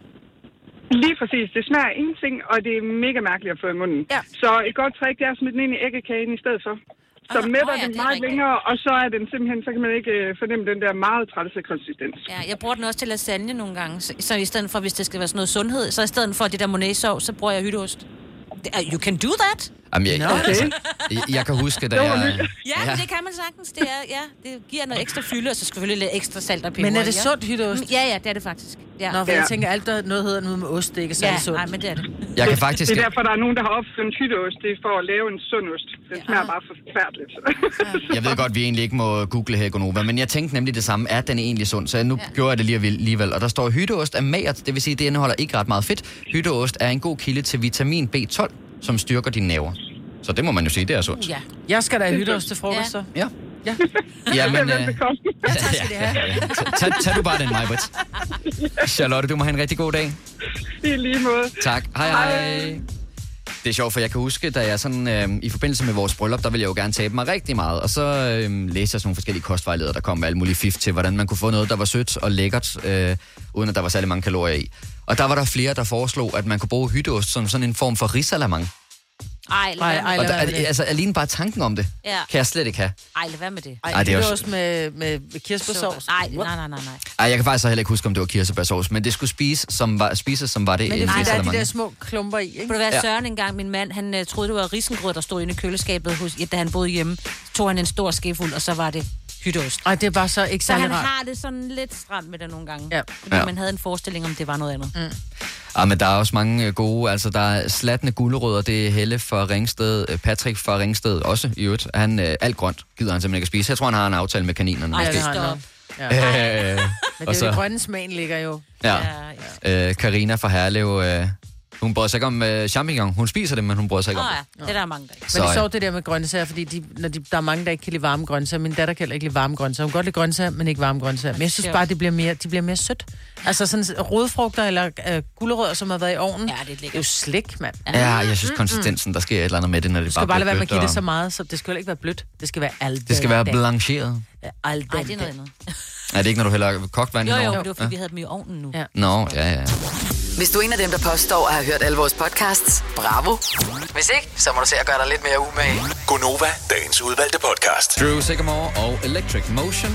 Lige præcis. Det smager ingenting, og det er mega mærkeligt at få i munden. Ja. Så et godt trick, det er at smide den ind i æggekagen i stedet for. Så ah, mætter oh, ja, den meget længere, og så er den simpelthen, så kan man ikke øh, fornemme den der meget trælse konsistens. Ja, jeg bruger den også til lasagne nogle gange, så, så i stedet for, hvis det skal være sådan noget sundhed, så i stedet for det der monnaise-sovs, så bruger jeg hytteost. You can do that? Jamen, jeg, okay. altså, jeg, jeg kan huske, da jeg... Ja, ja, det kan man sagtens. Det, er, ja, det giver noget ekstra fylde, og så selvfølgelig lidt ekstra salt og peber. Men er det sundt hytteost? Ja, ja, det er det faktisk. Ja. Nå, for ja. jeg tænker, alt der noget hedder noget med ost, det er ikke særlig ja, sundt. Nej, men det er det. Jeg kan faktisk... Det er derfor, der er nogen, der har opfundet hytteost. Det er for at lave en sund ost. Den ja. smager bare forfærdeligt. Jeg ved godt, vi egentlig ikke må google her, Gonova, men jeg tænkte nemlig det samme. Er den egentlig sund? Så nu ja. gjorde jeg det lige alligevel. Og der står, hytteost er magert, det vil sige, det indeholder ikke ret meget fedt. Hytteost er en god kilde til vitamin B tolv, som styrker dine nerver. Så det må man jo sige, det er sundt. Ja. Jeg skal da have hytteost til frokost, så. Ja. Ja. Ja, men... Øh, ja, tak skal det have. Ja, ja. Tag, tag du bare den, Majbrit. Charlotte, du må have en rigtig god dag. I lige måde. Tak. Hej, hej. Det er sjovt, for jeg kan huske, da jeg sådan, øh, i forbindelse med vores bryllup, der ville jeg jo gerne tabe mig rigtig meget. Og så øh, læste jeg sådan nogle forskellige kostvejledere, der kom med alle mulige fif til, hvordan man kunne få noget, der var sødt og lækkert, øh, uden at der var særlig mange kalorier i. Og der var der flere, der foreslog, at man kunne bruge hytteost som sådan en form for risalamande. Ej, lad være med det. Og altså, alene bare tanken om det, ja. kan jeg slet ikke have. Ej, lad være med det. Ej, det er også med, med, med kirsebærsovs. Nej, nej, nej, nej, nej. Ej, jeg kan faktisk heller ikke huske, om det var kirsebærsovs, men det skulle spises, som var, spises, som var det. Men det er, der er de der små klumper i, ikke? Kunne det være Søren engang, min mand, han uh, troede, det var risengrød, der stod inde i køleskabet, hos, da han boede hjemme. Så tog han en stor skefuld, og så var det hytteost. Og det er bare så ikke særlig rart. Så han har det sådan lidt stramt med det nogle gange. Ja. Fordi ja. man havde en forestilling om, det var noget andet. Mm. Ja, men der er også mange gode, altså der er slatne gulerødder, det er Helle fra Ringsted, Patrick fra Ringsted også i øvrigt. Han, øh, alt grønt gider han simpelthen ikke at spise. Jeg tror, han har en aftale med kaninerne. Ej, måske. det har ja. øh, Men det er jo det grønne smagen ligger jo. Ja, ja. Karina øh, fra Herlev, øh, hun bryder sig ikke om øh, champignon. Hun spiser det, men hun bryder sig ikke om det. Ja, det er der mange, der ikke. Men det er sjovt det der med grøntsager, fordi de, når de, der er mange, der ikke kan lide varme grøntsager. Min datter kan heller ikke lide varme grøntsager. Hun kan godt lide grøntsager, men ikke varme grøntsager. Men jeg synes bare, det bliver mere, de bliver mere sødt. Altså sådan rodfrugter eller øh, gulerødder, som har været i ovnen. Ja, det er, det er jo slik, mand. Ja, jeg synes konsistensen, der sker et eller andet med det, når det bare bliver blødt. Du skal bare lade være med at give det så meget, så det skal jo ikke være blødt. Det skal være alt. Det skal være blancheret. Nej, det er noget andet. Er det ikke, når du hælder kogt vand i Jo, ovnen? jo, det var fordi, vi havde dem i ovnen nu. Ja. Nå, ja, ja. Hvis du er en af dem, der påstår at have hørt alle vores podcasts, bravo. Hvis ikke, så må du se at gøre dig lidt mere umage. Gonova, dagens udvalgte podcast. Drew Sycamore og Electric Motion.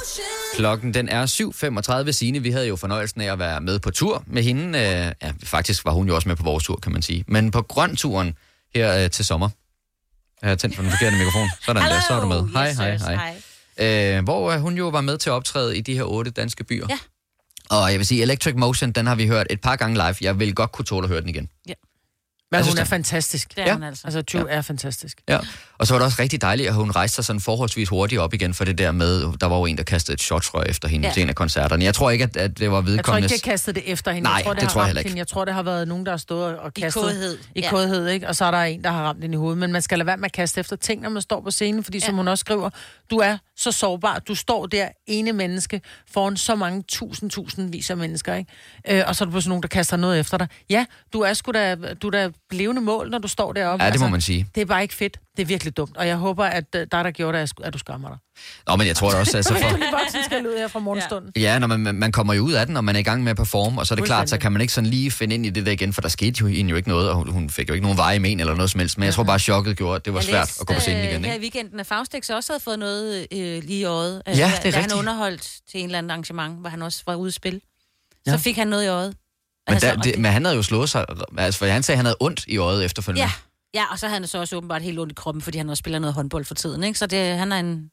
Klokken den er syv femogtredive. Signe, vi havde jo fornøjelsen af at være med på tur med hende. Ja, faktisk var hun jo også med på vores tur, kan man sige. Men på grønturen her til sommer. Jeg har tændt for den forkerte mikrofon. Sådan der, så er du med. Hej, yes, hej, hej. hej. Øh, hvor hun jo var med til at optræde i de her otte danske byer. Ja. Og jeg vil sige, Electric Motion, den har vi hørt et par gange live. Jeg vil godt kunne tåle at høre den igen. Ja. Men Jeg hun synes, er det- fantastisk. Det er hun altså. Altså, True ja. er fantastisk. Ja, og så var det også rigtig dejligt, at hun rejste sig sådan forholdsvis hurtigt op igen for det der med, der var jo en, der kastede et shotsrør efter hende Ja. til en af koncerterne. Jeg tror ikke, at, at det var Jeg tror vedkommende. ikke, de har kastet det efter hende. Nej, jeg tror, det, det har tror jeg ramt heller ikke. hende. Jeg tror, det har været nogen, der har stået og kastet... kådhed. I Ja. kådhed, ikke? Og så er der en, der har ramt hende i hovedet. Men man skal lade være med at kaste efter ting, når man står på scenen, fordi ja. som hun også skriver, du er så sårbar. Du står der, ene menneske, foran så mange tusind, tusindvis af mennesker, ikke? Øh, og så er der pludselig nogen, der kaster noget efter dig. Ja, du er sgu da, du er da levende mål, når du står deroppe. Ja, det må man sige. Det er bare ikke fedt. Det er virkelig dumt. Og jeg håber, at uh, dig, der gjorde det, at du skammer dig. Nå, men jeg tror da også, altså for... Du lige voksen skal ud her fra morgenstunden. Ja, når man, man kommer jo ud af den, og man er i gang med at performe, og så er det klart, så kan man ikke sådan lige finde ind i det der igen, for der skete jo egentlig jo ikke noget, og hun, hun fik jo ikke nogen veje i men eller noget som helst, men jeg tror bare, chokket gjorde, at det var Jeg svært læste, at gå på scenen igen, øh, Her i ikke? weekenden, at Faustix også havde fået noget øh, lige i øjet. Ja, det er da han rigtigt. underholdt til en eller anden arrangement, hvor han også var ude at spille. Ja. Så fik han noget i øjet. Men, Altså, der, og det, men han havde jo slået sig, altså for han sagde, at han havde ondt i øjet efterfølgende. Ja, ja, og så havde han så også åbenbart helt ondt i kroppen, fordi han også spiller noget håndbold for tiden, ikke? Så det, han er en,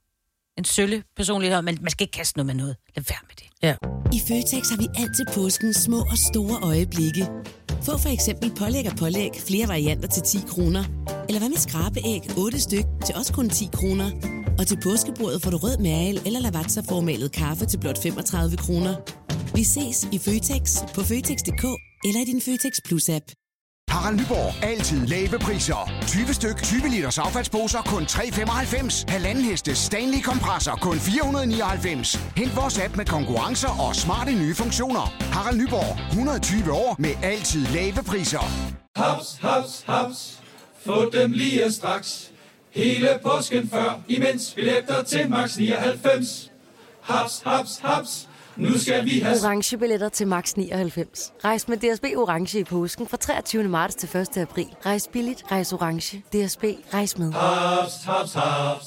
en sølle personlighed, men man skal ikke kaste noget med noget. Lad være med det. Ja. I Føtex har vi altid påsken små og store øjeblikke. Få for eksempel pålæg og pålæg flere varianter til ti kroner. Eller hvad med skrabeæg otte styk til også kun ti kroner. Og til påskebordet får du rød mal eller lavatserformalet kaffe til blot femogtredive kroner. Vi ses i Føtex på Føtex punktum d k eller i din Føtex Plus-app. Harald Nyborg. Altid lave priser. tyve styk, tyve liters affaldsposer kun tre femoghalvfems. Halvanden heste Stanley kompresser kun fire hundrede nioghalvfems. Hent vores app med konkurrencer og smarte nye funktioner. Harald Nyborg. hundrede og tyve år med altid lave priser. Haps, haps, haps. Få dem lige straks. Hele påsken før, imens billetter til max nioghalvfems. Haps, haps, haps. Nu skal vi have... Orange billetter til max nioghalvfems. Rejs med D S B Orange i påsken fra treogtyvende marts til første april. Rejs billigt, rejs orange. D S B, rejs med. Haps, haps, haps.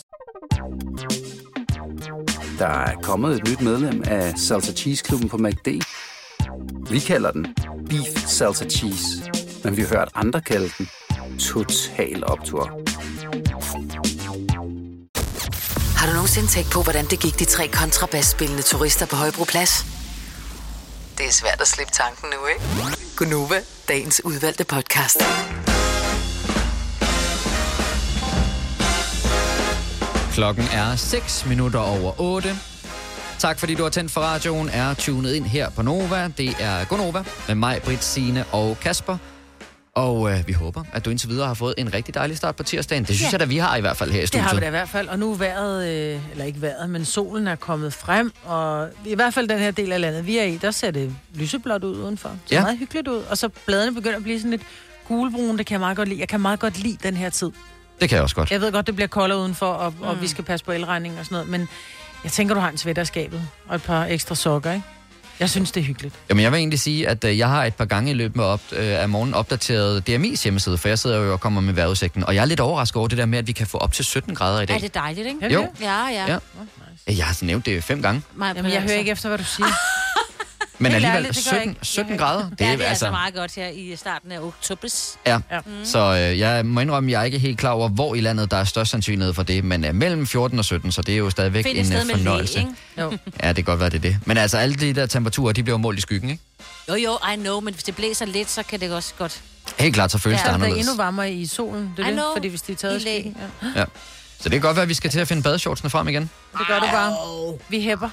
Der er kommet et nyt medlem af Salsa Cheese Klubben på McD. Vi kalder den Beef Salsa Cheese, men vi har hørt andre kalde den Total Optur. Har du nogensinde tænkt på, hvordan det gik de tre kontrabasspillende turister på Højbroplads? Det er svært at slippe tanken nu, ikke? Gunova, dagens udvalgte podcast. Klokken er seks minutter over otte. Tak fordi du har tændt for radioen, er tunet ind her på Nova. Det er Gunova med mig, Britt, Signe og Kasper. Og øh, vi håber, at du indtil videre har fået en rigtig dejlig start på tirsdagen. Det synes Ja. jeg da, vi har i hvert fald her i Det studiet. har vi da i hvert fald, og nu er vejret, øh, eller ikke vejret, men solen er kommet frem, og i hvert fald den her del af landet, vi er i, der ser det lyseblåt ud udenfor. Det ser Ja. meget hyggeligt ud, og så bladene begynder at blive sådan lidt gulbrune, det kan jeg meget godt lide. Jeg kan meget godt lide den her tid. Det kan jeg også godt. Jeg ved godt, det bliver koldere udenfor, og, mm. og vi skal passe på elregningen og sådan noget, men jeg tænker, du har en sweater i skabet, og et par ekstra sokker, ikke? Jeg synes, det er hyggeligt. Jamen, jeg vil egentlig sige, at øh, jeg har et par gange i løbet af, op, øh, af morgenen opdateret D M I's hjemmeside, for jeg sidder jo og kommer med vejrudsigten, og jeg er lidt overrasket over det der med, at vi kan få op til sytten grader i dag. Er det dejligt, ikke? Jo. Ja, ja. Ja. Jeg har nævnt det fem gange. Jamen, jeg hører ikke efter, hvad du siger. Men Helt alligevel ærligt, det gør jeg sytten, ikke. sytten grader. Det er, det er altså meget godt her i starten af oktober. Ja, ja. Mm. Så øh, jeg må indrømme, at jeg er ikke helt klar over, hvor i landet der er størst sandsynlighed for det, men øh, mellem fjorten og sytten, så det er jo stadigvæk Find en et sted øh, med fornøjelse. læ, ikke? Jo. Ja, det kan godt være, det er det. Men altså, alle de der temperaturer, de bliver målt i skyggen, ikke? Jo, jo, I know, men hvis det blæser lidt, så kan det også godt. Helt klart, så føles Ja, det det er anderledes. endnu varmere i solen, det er I det, know. fordi hvis de er taget i I læ. skyggen. Ja. Ja. Så det kan godt være, at vi skal til at finde badeshortsene frem igen. Det gør du bare. Vi hæpper.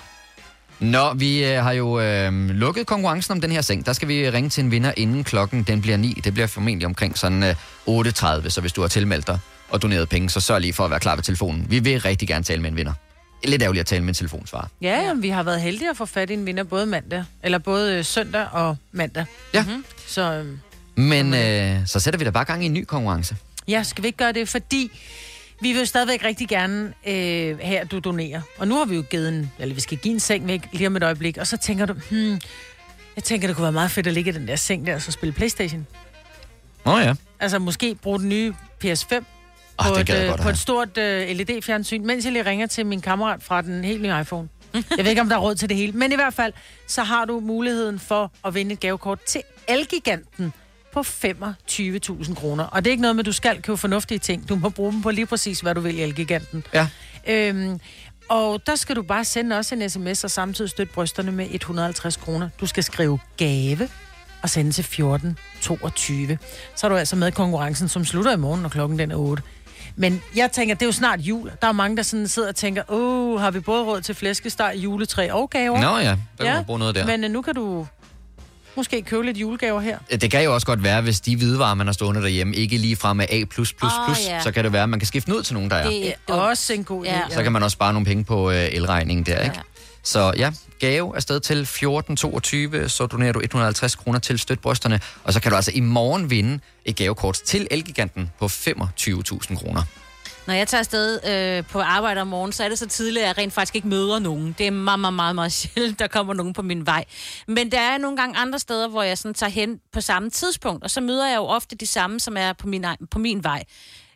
Nå, vi øh, har jo øh, lukket konkurrencen om den her seng. Der skal vi ringe til en vinder, inden klokken den bliver ni. Det bliver formentlig omkring sådan øh, otte tredive, så hvis du har tilmeldt dig og doneret penge, så sørg lige for at være klar ved telefonen. Vi vil rigtig gerne tale med en vinder. Lidt ærgerligt at tale med en telefonsvarer. Ja, ja, vi har været heldige at få fat i en vinder både mandag, eller både øh, søndag og mandag. Ja. Mm-hmm. Så øh, Men øh, så sætter vi da bare gang i en ny konkurrence. ja, skal vi ikke gøre det, fordi vi vil jo stadigvæk rigtig gerne øh, have, at du donerer. Og nu har vi jo givet en, eller vi skal give en seng væk lige om et øjeblik, og så tænker du, hmm, jeg tænker, det kunne være meget fedt at ligge i den der seng der, og så spille PlayStation. Åh oh, ja. Altså måske bruge den nye P S fem Oh, på, det et, gad jeg øh, godt på have. et stort øh, L E D-fjernsyn, mens jeg lige ringer til min kammerat fra den helt nye iPhone. Jeg ved ikke, om der er råd til det hele, men i hvert fald, så har du muligheden for at vinde et gavekort til Elgiganten på femogtyve tusind kroner. Og det er ikke noget med, at du skal købe fornuftige ting. Du må bruge dem på lige præcis, hvad du vil i Elgiganten. Ja. Øhm, og der skal du bare sende os en sms og samtidig støtte brysterne med et hundrede og halvtreds kroner. Du skal skrive gave og sende til fjorten toogtyve. Så er du altså med i konkurrencen, som slutter i morgen, når klokken den er otte. Men jeg tænker, det er jo snart jul. Der er mange, der sådan sidder og tænker, åh, har vi både råd til flæskesteg, juletræ og gaver? Nå ja, der kan ja. man bruge noget der. Men uh, nu kan du måske købe lidt julegaver her. Det kan jo også godt være, hvis de hvidevarer, man har stående derhjemme, ikke lige fra med A+++, oh, yeah. så kan det være, at man kan skifte den ud til nogen, der er. Det er også en god idé. Ja. Så kan man også spare nogle penge på øh, elregningen der, ikke? Ja. Så ja, gave afsted til fjorten toogtyve, så donerer du et hundrede og halvtreds kroner til Støt Brysterne, og så kan du altså i morgen vinde et gavekort til Elgiganten på femogtyve tusind kroner. Når jeg tager afsted øh, på arbejde om morgenen, så er det så tidligt, at jeg rent faktisk ikke møder nogen. Det er meget, meget, meget, meget sjældent, der kommer nogen på min vej. Men der er nogle gange andre steder, hvor jeg sådan tager hen på samme tidspunkt, og så møder jeg jo ofte de samme, som er på min, på min vej.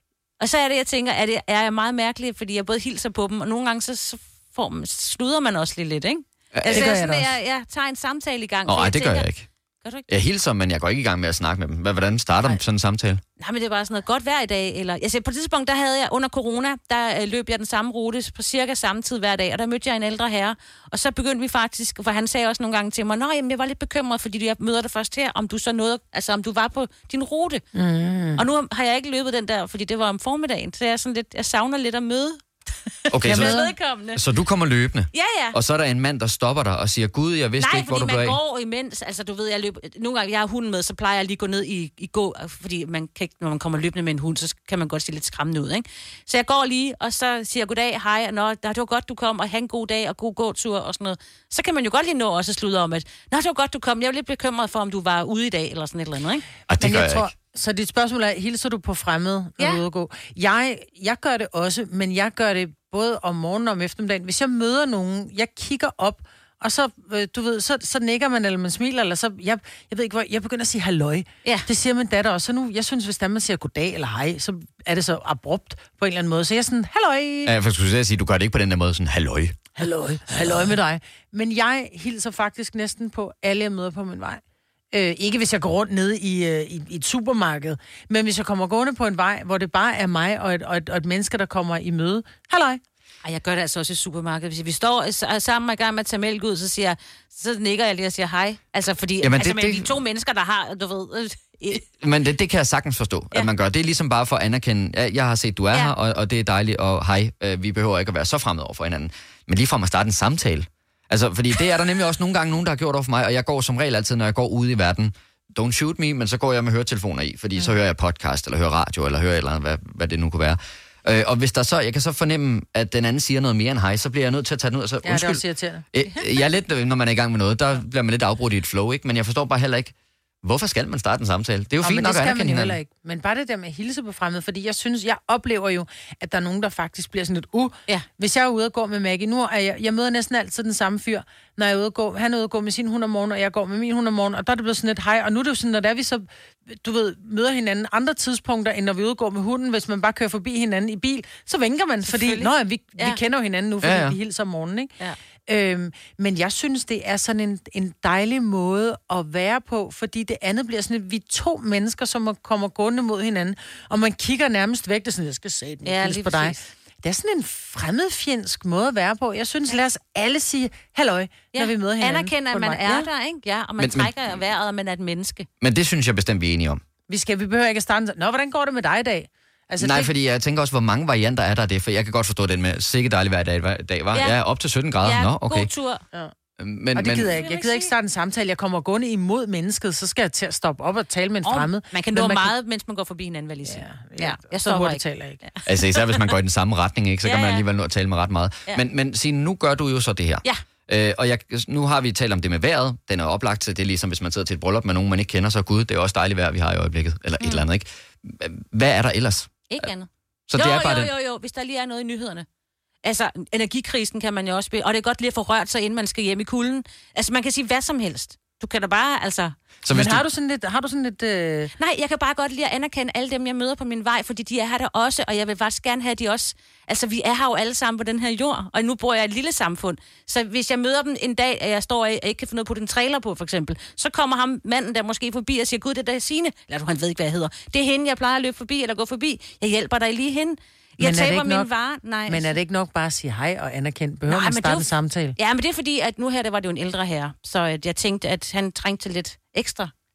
Og så er det, jeg tænker, er, det, er jeg meget mærkelig, fordi jeg både hilser på dem, og nogle gange så, så får man, sluder man også lidt lidt, ikke? Ja, altså, det gør jeg, jeg, sådan, jeg, jeg tager en samtale i gang. Åh, oh, det tænker, gør jeg ikke. Gør du ikke? Jeg hilser, men jeg går ikke i gang med at snakke med dem. Hvordan starter man sådan en samtale? Nej, men det er bare sådan noget godt hver i dag. Eller, altså, på et tidspunkt, der havde jeg under corona, der øh, løb jeg den samme rute på cirka samme tid hver dag, og der mødte jeg en ældre herre. Og så begyndte vi faktisk, for han sagde også nogle gange til mig, nå, jamen, jeg var lidt bekymret, fordi jeg møder dig først her, om du så nåede, altså om du var på din rute. Mm. Og nu har jeg ikke løbet den der, fordi det var om formiddagen, så jeg, er sådan lidt, jeg savner lidt at møde. Okay, så, så du kommer løbende, ja, ja. Og så er der en mand, der stopper dig og siger, Gud, jeg vidste Nej, ikke, hvor du blev af. Nej, fordi man går imens, altså du ved, jeg løber, nogle gange, jeg har hunden med, så plejer jeg lige at gå ned i, i gå, fordi man kan ikke, når man kommer løbende med en hund, så kan man godt se lidt skræmmende ud, ikke? Så jeg går lige, og så siger jeg goddag, hej, nå, det var godt, du kom, og have en god dag, og god gåtur, og sådan noget. Så kan man jo godt lige nå også at slutte om, at nå, det var godt, du kom, jeg var lidt bekymret for, om du var ude i dag, eller sådan et eller andet, ikke? Og det gør jeg, jeg tror, ikke. Så dit spørgsmål er, hilser du på fremmede, når ja. du er ude at gå? Jeg, jeg gør det også, men jeg gør det både om morgenen og om eftermiddagen. Hvis jeg møder nogen, jeg kigger op, og så, du ved, så, så nikker man, eller man smiler, eller så, jeg, jeg ved ikke, hvor, jeg begynder at sige halløj. Ja. Det siger min datter også. Så nu, jeg synes, hvis der man siger goddag eller hej, så er det så abrupt på en eller anden måde. Så jeg er sådan, halløj. Ja, for skulle jeg sige, du gør det ikke på den der måde, sådan halløj. Halløj, halløj med dig. Men jeg hilser faktisk næsten på alle, jeg møder på min vej. Øh, ikke hvis jeg går rundt nede i, øh, i, i et supermarked, men hvis jeg kommer gående på en vej, hvor det bare er mig og et, og et, og et menneske, der kommer i møde. Halløj. Ej, jeg gør det altså også i supermarkedet. Hvis vi står sammen og i gang med at tage mælk ud, så, siger, så nikker jeg lige og siger hej. Altså, fordi Jamen, altså, det, det... de to mennesker, der har, du ved... Men det, det kan jeg sagtens forstå, ja. At man gør. Det er ligesom bare for at anerkende, ja, jeg har set, du er ja. her, og, og det er dejligt, og hej, øh, vi behøver ikke at være så fremmede over for hinanden. Men lige fra at starte en samtale. Altså, fordi det er der nemlig også nogle gange nogen, der har gjort over for mig, og jeg går som regel altid, når jeg går ude i verden, don't shoot me, men så går jeg med høretelefoner i, fordi mm. så hører jeg podcast, eller hører radio, eller hører et eller andet, hvad, hvad det nu kunne være. Øh, og hvis der så, jeg kan så fornemme, at den anden siger noget mere end hej, så bliver jeg nødt til at tage den ud og så, ja, undskyld. det er også irriterende. Øh, jeg er lidt, når man er i gang med noget, der bliver man lidt afbrudt i et flow, ikke? Men jeg forstår bare heller ikke, hvorfor skal man starte en samtale? Det er jo Nå, fint nok at anerkende hinanden. Ikke. Men bare det der med at hilse på fremmede, fordi jeg synes, jeg oplever jo, at der er nogen, der faktisk bliver sådan lidt, uh, ja. Hvis jeg er ude og gå med Maggie, nu er jeg, jeg møder næsten altid den samme fyr, når jeg er ude og gå, han er ude og gå med sin hund om morgenen, og jeg går med min hund om morgenen, og der er det blevet sådan lidt hej, og nu er det jo sådan, når der er vi så, du ved, møder hinanden andre tidspunkter, end når vi er ude og gå med hunden, hvis man bare kører forbi hinanden i bil, så vinker man, fordi, nå, vi, ja. vi kender jo hinanden nu, fordi ja, ja. vi hilser om morgenen, ikke? Ja. Øhm, men jeg synes, det er sådan en, en dejlig måde at være på, fordi det andet bliver sådan, at vi er to mennesker, som kommer gående mod hinanden, og man kigger nærmest væk, det er sådan, jeg skal sige den, ja, på dig. Det er sådan en fremmedfjendsk måde at være på. Jeg synes, lad os alle sige halløj, ja. Når vi møder hinanden. Anerkender, at man er ja. der, ikke? Ja, og man men, trækker men, vejret, og man er et menneske. Men det synes jeg bestemt, vi er enige om. Vi, skal, vi behøver ikke at starte. Nå, hvordan går det med dig i dag? Altså, Nej, det... fordi jeg tænker også, hvor mange varianter er der af det, for jeg kan godt forstå den med sikke dejlig hver dag, hver dag var. Ja. Ja, op til sytten grader. Ja, Nå, okay. God tur. Ja. Men, og det gider jeg ikke. Jeg gider ikke starte en samtale. Jeg kommer gående imod mennesket, så skal jeg til at stoppe op og tale med en oh, fremmed. Man kan nå man meget, kan... mens man går forbi hinanden, vil jeg sige. Ja, ja. Jeg så hurtigt taler jeg ikke. Ja. Altså især hvis man går i den samme retning, ikke, så ja, kan man alligevel nå at tale med ret meget. Ja. Men, men Signe, nu gør du jo så det her. Ja. Øh, og jeg, nu har vi talt om det med vejret. Den er oplagt til det, er ligesom hvis man sidder til et bryllup med nogen, man ikke kender, så gud, det er også dejligt vejr, vi har i øjeblikket. Eller mm. et eller andet, ikke? Hvad er der ellers? Ikke andet. Så jo, det er bare jo, den... jo, jo, hvis der lige er noget i nyhederne. Altså, energikrisen kan man jo også... Og det er godt lige at få rørt sig, inden man skal hjem i kulden. Altså, man kan sige hvad som helst. Du kan da bare, altså... Så men har du... du sådan lidt... Har du sådan lidt øh... Nej, jeg kan bare godt lide at anerkende alle dem, jeg møder på min vej, fordi de er her der også, og jeg vil faktisk gerne have, at de også... Altså, vi er her jo alle sammen på den her jord, og nu bor jeg i et lille samfund. Så hvis jeg møder dem en dag, at jeg står og ikke kan få noget på den trailer på, for eksempel, så kommer ham manden der måske forbi og siger, gud, det der er Signe. Eller han ved ikke, hvad jeg hedder. Det er hende, jeg plejer at løbe forbi eller gå forbi. Jeg hjælper dig lige hende. Jeg taber min nok, vare. Nej. Men er det ikke nok bare at sige hej og anerkende? Behøver man starte en samtale? Ja, men det er fordi, at nu her, der var det jo en ældre herre. Så jeg tænkte, at han trængte lidt ekstra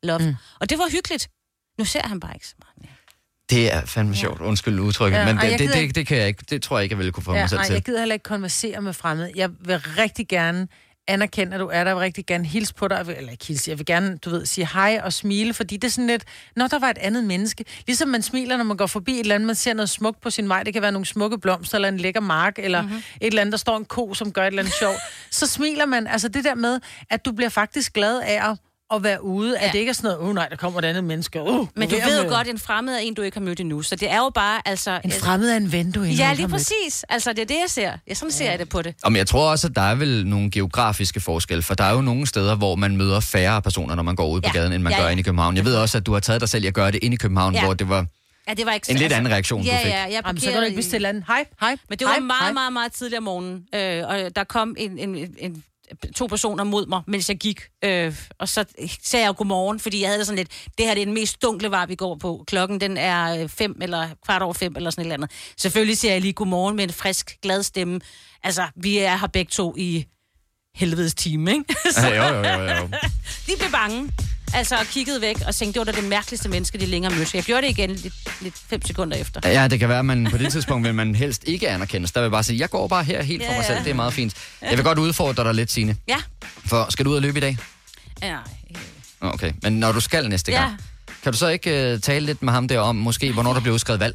love. Mm. Og det var hyggeligt. Nu ser han bare ikke så meget. Det er fandme sjovt, undskyld udtrykket, Ja, men og det, jeg det, gider det, det kan jeg ikke, det tror jeg ikke, jeg ville kunne få Ja, mig selv nej, til. jeg gider heller ikke konversere med fremmede. Jeg vil rigtig gerne anerkende, at du er der. Jeg vil rigtig gerne hilse på dig. Eller ikke hilse, jeg vil gerne, du ved, sige hej og smile, fordi det er sådan lidt, når der var et andet menneske. Ligesom man smiler, når man går forbi et eller andet, man ser noget smukt på sin vej. Det kan være nogle smukke blomster, eller en lækker mark, eller mm-hmm. et eller andet, der står en ko, som gør et eller andet sjovt. Så smiler man. Altså det der med, at du bliver faktisk glad af at at være ude, ja. At det ikke er sådan noget, åh oh, nej, der kommer et andet menneske. Uh, Men du ved jo godt, en fremmed er en, du ikke har mødt endnu, så det er jo bare, altså... En fremmed er en ven, du ikke Ja, har lige mødt. præcis. Altså, det er det, jeg ser. Ja, sådan ser jeg det på det. Og men jeg tror også, at der er vel nogle geografiske forskelle, for der er jo nogle steder, hvor man møder færre personer, når man går ud på Ja. gaden, end man Ja, gør ja. inde i København. Jeg ved også, at du har taget dig selv i at gøre det inde i København, Ja. hvor det var... Ja, det var ikke En lidt anden reaktion, ja, du fik. Ja, jeg Jamen, så kan du ikke bestille anden. Hej, hej. Men det hej, var meget, hej. meget, meget tidligere om morgenen, øh, og der kom en, en, en, en to personer mod mig, mens jeg gik. Øh, og så sagde jeg godmorgen, fordi jeg havde det sådan lidt, det her det er den mest dunkle var, vi går på. Klokken den er fem eller kvart over fem eller sådan et eller andet. Selvfølgelig siger jeg lige godmorgen med en frisk, glad stemme. Altså, vi er her begge to i helvedes time, ikke? Så, Ja, jo, jo, jo, jo. de blev bange. Altså, og kiggede væk og tænkte, det var da det mærkeligste menneske, de længere mødte. Jeg gjorde det igen lidt, lidt fem sekunder efter. Ja, det kan være, at man på det tidspunkt vil man helst ikke anerkendes. Der vil jeg bare sige, jeg går bare her helt for Ja, mig ja. selv. Det er meget fint. Jeg vil godt udfordre dig lidt, Signe. Ja. For skal du ud og løbe i dag? Ja, Okay, men når du skal næste Ja. gang, kan du så ikke uh, tale lidt med ham der om, måske, hvornår der bliver udskrevet valg?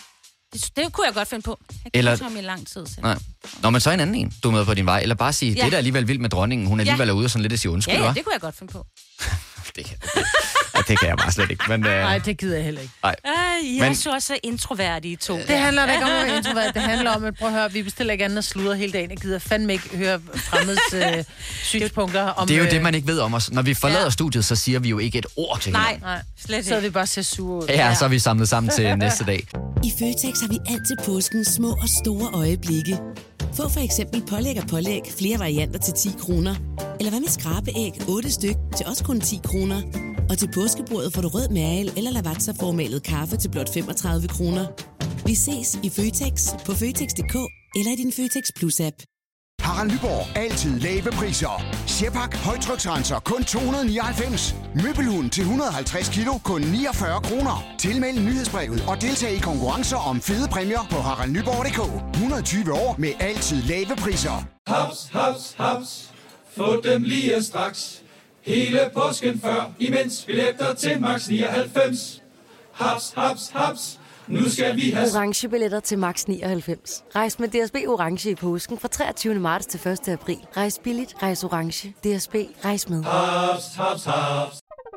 det, det kunne jeg godt finde på. Jeg kan Eller- ikke ham i lang tid. Så. Nej. Nå, men så en anden en, du er med på din vej. Eller bare sige, Ja. det er da alligevel vildt med dronningen. Hun er Ja. alligevel ude sådan lidt at sige undskyld, Ja, ja, hva'? det kunne jeg godt finde på. det, kan, det, ja, det kan jeg bare slet ikke. Men, uh, Nej, det gider jeg heller ikke. Nej. Ej, I er Men- Men... så også introværdige to. Det handler da ikke om at være introvert. Det handler om, at prøv at høre, vi bestiller ikke andet og sluder hele dagen. Jeg gider fandme ikke høre fremmeds øh, synspunkter om... Det er jo øh, det, man ikke ved om os. Når vi forlader ja. studiet, så siger vi jo ikke et ord til Nej, hinanden. Nej, slet så er ikke. vi bare ser sure ud. Ja, så er vi samlet sammen til næste dag. I Føtex har vi altid påsken små og store øjeblikke. Få for eksempel pålæg og pålæg flere varianter til ti kroner. Eller hvad med skrabeæg otte styk til også kun ti kroner. Og til påskebordet får du rød mal eller lavatserformalet kaffe til blot femogtredive kroner. Vi ses i Føtex på Føtex punktum d k eller i din Føtex Plus-app. Harald Nyborg. Altid lave priser. Sjehpak. Højtryksrenser. Kun to hundrede nioghalvfems. Møbelhund til et hundrede og halvtreds kilo. Kun niogfyrre kroner. Tilmeld nyhedsbrevet og deltag i konkurrencer om fede præmier på harald nyborg punktum d k. hundrede og tyve år med altid lave priser. Haps, haps, haps. Få dem lige straks. Hele påsken før, imens billetter til max nioghalvfems. Haps, haps, haps. Nu skal vi have... Orange billetter til max nioghalvfems. Rejs med D S B Orange i påsken fra treogtyvende marts til første april. Rejs billigt, rejs orange. D S B, rejs med. Haps, haps, haps.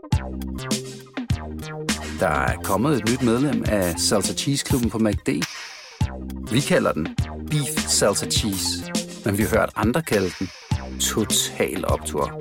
Der er kommet et nyt medlem af Salsa Cheese Klubben på McD. Vi kalder den Beef Salsa Cheese, men vi har hørt andre kalde den Total Optur.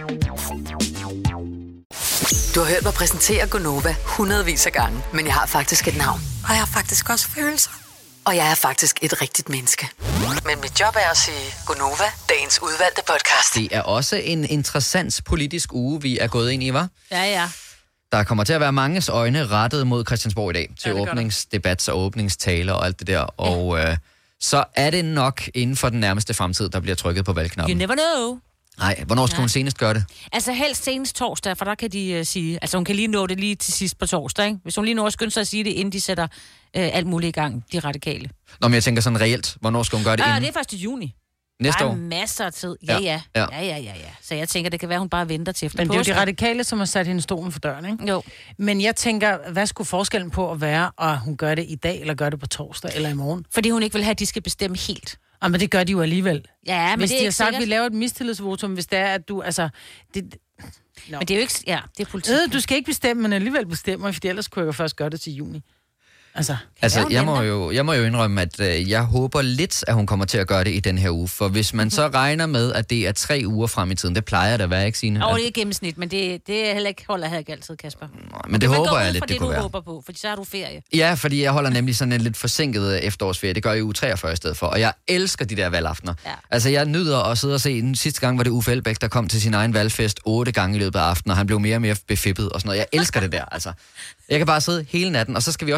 Du har hørt mig præsentere Gonova hundredvis af gange, men jeg har faktisk et navn. Og jeg har faktisk også følelser. Og jeg er faktisk et rigtigt menneske. Men mit job er at sige Gonova, dagens udvalgte podcast. Det er også en interessant politisk uge, vi er gået ind i, var? Ja, ja. Der kommer til at være manges øjne rettet mod Christiansborg i dag, til Ja, det gør der. åbningsdebat og åbningstaler og alt det der. Og øh, så er det nok inden for den nærmeste fremtid, der bliver trykket på You valgknappen. never know. Nej, hvornår skal hun senest gøre det? Altså helst senest torsdag, for der kan de uh, sige... Altså hun kan lige nå det lige til sidst på torsdag, ikke? Hvis hun lige når at skynde sig at sige det, inden de sætter uh, alt muligt i gang, de radikale. Nå, men jeg tænker sådan reelt, hvornår skal hun gøre det Ja, inden? det er først i juni. Næste der er år? masser af tid. Ja, Ja, ja. ja. Ja, ja, ja, ja. Så jeg tænker, det kan være, at hun bare venter til efter Men det er jo påske. de radikale, som har sat hende stolen for døren, ikke? Jo. Men jeg tænker, hvad skulle forskellen på at være, at hun gør det i dag, eller gør det på torsdag, eller i morgen? Fordi hun ikke vil have, at de skal bestemme helt. Ah, men det gør de jo alligevel. Ja, men hvis det er de har ikke sagt, at sikkert. vi laver et mistillidsvotum, hvis det er, at du, altså... Det, Men det er jo ikke... Ja, det er politik. øh, du skal ikke bestemme, men alligevel bestemmer, for ellers kunne jeg jo først gøre det til juni. Altså, Altså, jeg må, jo, jeg må jo indrømme, at øh, jeg håber lidt, at hun kommer til at gøre det i den her uge. For hvis man så regner med, at det er tre uger frem i tiden, det plejer det at være, ikke, Signe? Og det er gennemsnit, men det, det er heller ikke, holder jeg ikke altid, Kasper. Men det Man håber går jeg ud lidt, for det det, kunne du være. håber på, for så har du ferie. Ja, fordi jeg holder nemlig sådan en lidt forsinket efterårsferie. Det gør jeg i uge treogfyrre i stedet for. Og jeg elsker de der valgaftener. Ja. Altså, jeg nyder at sidde og se. Den sidste gang var det Uffe Elbæk, der kom til sin egen valgfest otte gange i løbet af aftenen, og han blev mere og mere befippet og sådan noget. Jeg elsker det der, altså. Jeg kan bare sidde hele natten, og så skal vi også spise. Vi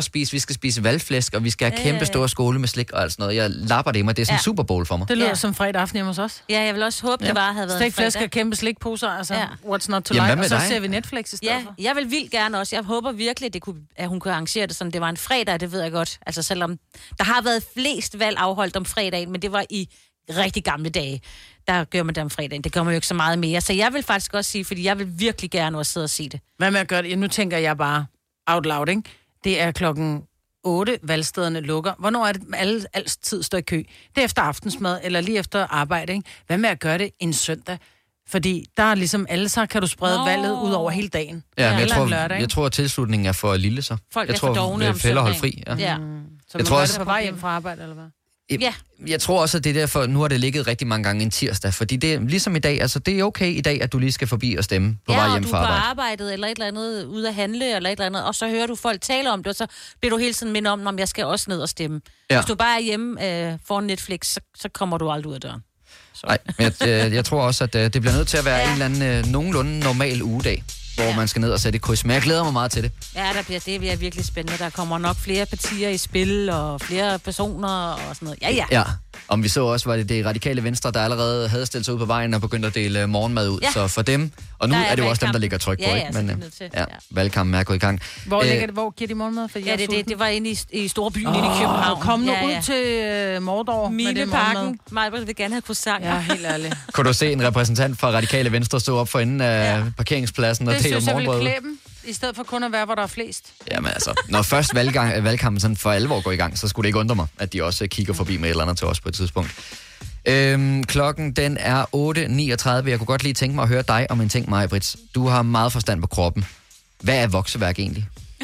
skal spise valgflæsk, og vi skal have Ja, kæmpe ja, ja. store skåle med slik og alt sådan noget. Jeg lapper det i mig. Det er sådan en Ja. Super Bowl for mig. Det lyder Ja. som fredag aften hjemme hos os. Ja, jeg vil også håbe, det bare havde været Stegt flæsk fredag. og kæmpe slikposer, altså. Ja. What's not to Jamen, hvad like? med Og så dig? ser vi Netflix i stedet Ja, for. jeg vil vildt gerne også. Jeg håber virkelig, at, det kunne, at hun kunne arrangere det sådan. Det var en fredag, det ved jeg godt. Altså selvom der har været flest valg afholdt om fredagen, men det var i rigtig gamle dage. Der gør man det om fredagen. Det gør man jo ikke så meget mere. Så jeg vil faktisk også sige, fordi jeg vil virkelig gerne også sidde og se det. Hvad med at gøre det? Ja, nu tænker jeg bare out loud, ikke? Det er klokken otte, valgstederne lukker. Hvornår er det, alle altid står i kø? Det er efter aftensmad, eller lige efter arbejde, ikke? Hvad med at gøre det en søndag? Fordi der er ligesom alle, så kan du sprede Nå. valget ud over hele dagen. Ja, men jeg Eller tror, en lørdag, ikke? jeg tror, at tilslutningen er for lille, så. Folk jeg er tror, for dovne om fælder holde søndagen. fri. Ja. Ja. Så Jeg man tror gør også- det på vej hjem fra arbejde, eller hvad? Jeg, Ja. jeg tror også, at det er derfor, nu har det ligget rigtig mange gange en tirsdag, fordi det er ligesom i dag, altså det er okay i dag, at du lige skal forbi og stemme på Ja, vej og hjem du fra er på arbejde. arbejdet, eller et eller andet, ude at handle, eller et eller andet, og så hører du folk tale om det, og så bliver du hele tiden mindet om, om jeg skal også ned og stemme. Ja. Hvis du bare er hjemme øh, foran Netflix, så, så kommer du aldrig ud af døren. Nej, men jeg, jeg, jeg tror også, at øh, det bliver nødt til at være ja. en eller anden øh, nogenlunde normal ugedag, hvor ja. man skal ned og sætte et kryds. Men jeg glæder mig meget til det. Ja, der bliver, det bliver virkelig spændende. Der kommer nok flere partier i spil, og flere personer og sådan noget. Ja, ja. Ja, om vi så også, var det det radikale Venstre, der allerede havde stillet sig ud på vejen og begyndt at dele øh, morgenmad ud. Ja. Så for dem, og nu Der er, er det jo også dem, der valgkampen. ligger tryk på, Ja, ja, ikke? så Men er øh, de nødt til, ja, ja. valgkampen er gået i gang. Hvor, Øh, ligger det, hvor giver de morgenmad? For Ja, det, det, det var inde i, i storbyen, oh, inde i Åh, København. kom nu ja, ud ja. til uh, Mordor med det morgenmad. Mileparken. Majbert vil gerne have croissant. Ja, helt ærligt. Kunne du se en repræsentant fra Radikale Venstre stå op for enden af ja. parkeringspladsen og Det dele synes jeg ville morgenbrød? klæbe dem, i stedet for kun at være, hvor der er flest. Jamen altså, når først valggang, valgkampen sådan for alvor går i gang, så skulle det ikke undre mig, at de også kigger forbi med et eller andet til os på et tidspunkt. Øhm, klokken den er otte niogtredive. Jeg kunne godt lige tænke mig at høre dig om en ting, Maj-Brit. Du har meget forstand på kroppen. Hvad er vokseværk egentlig?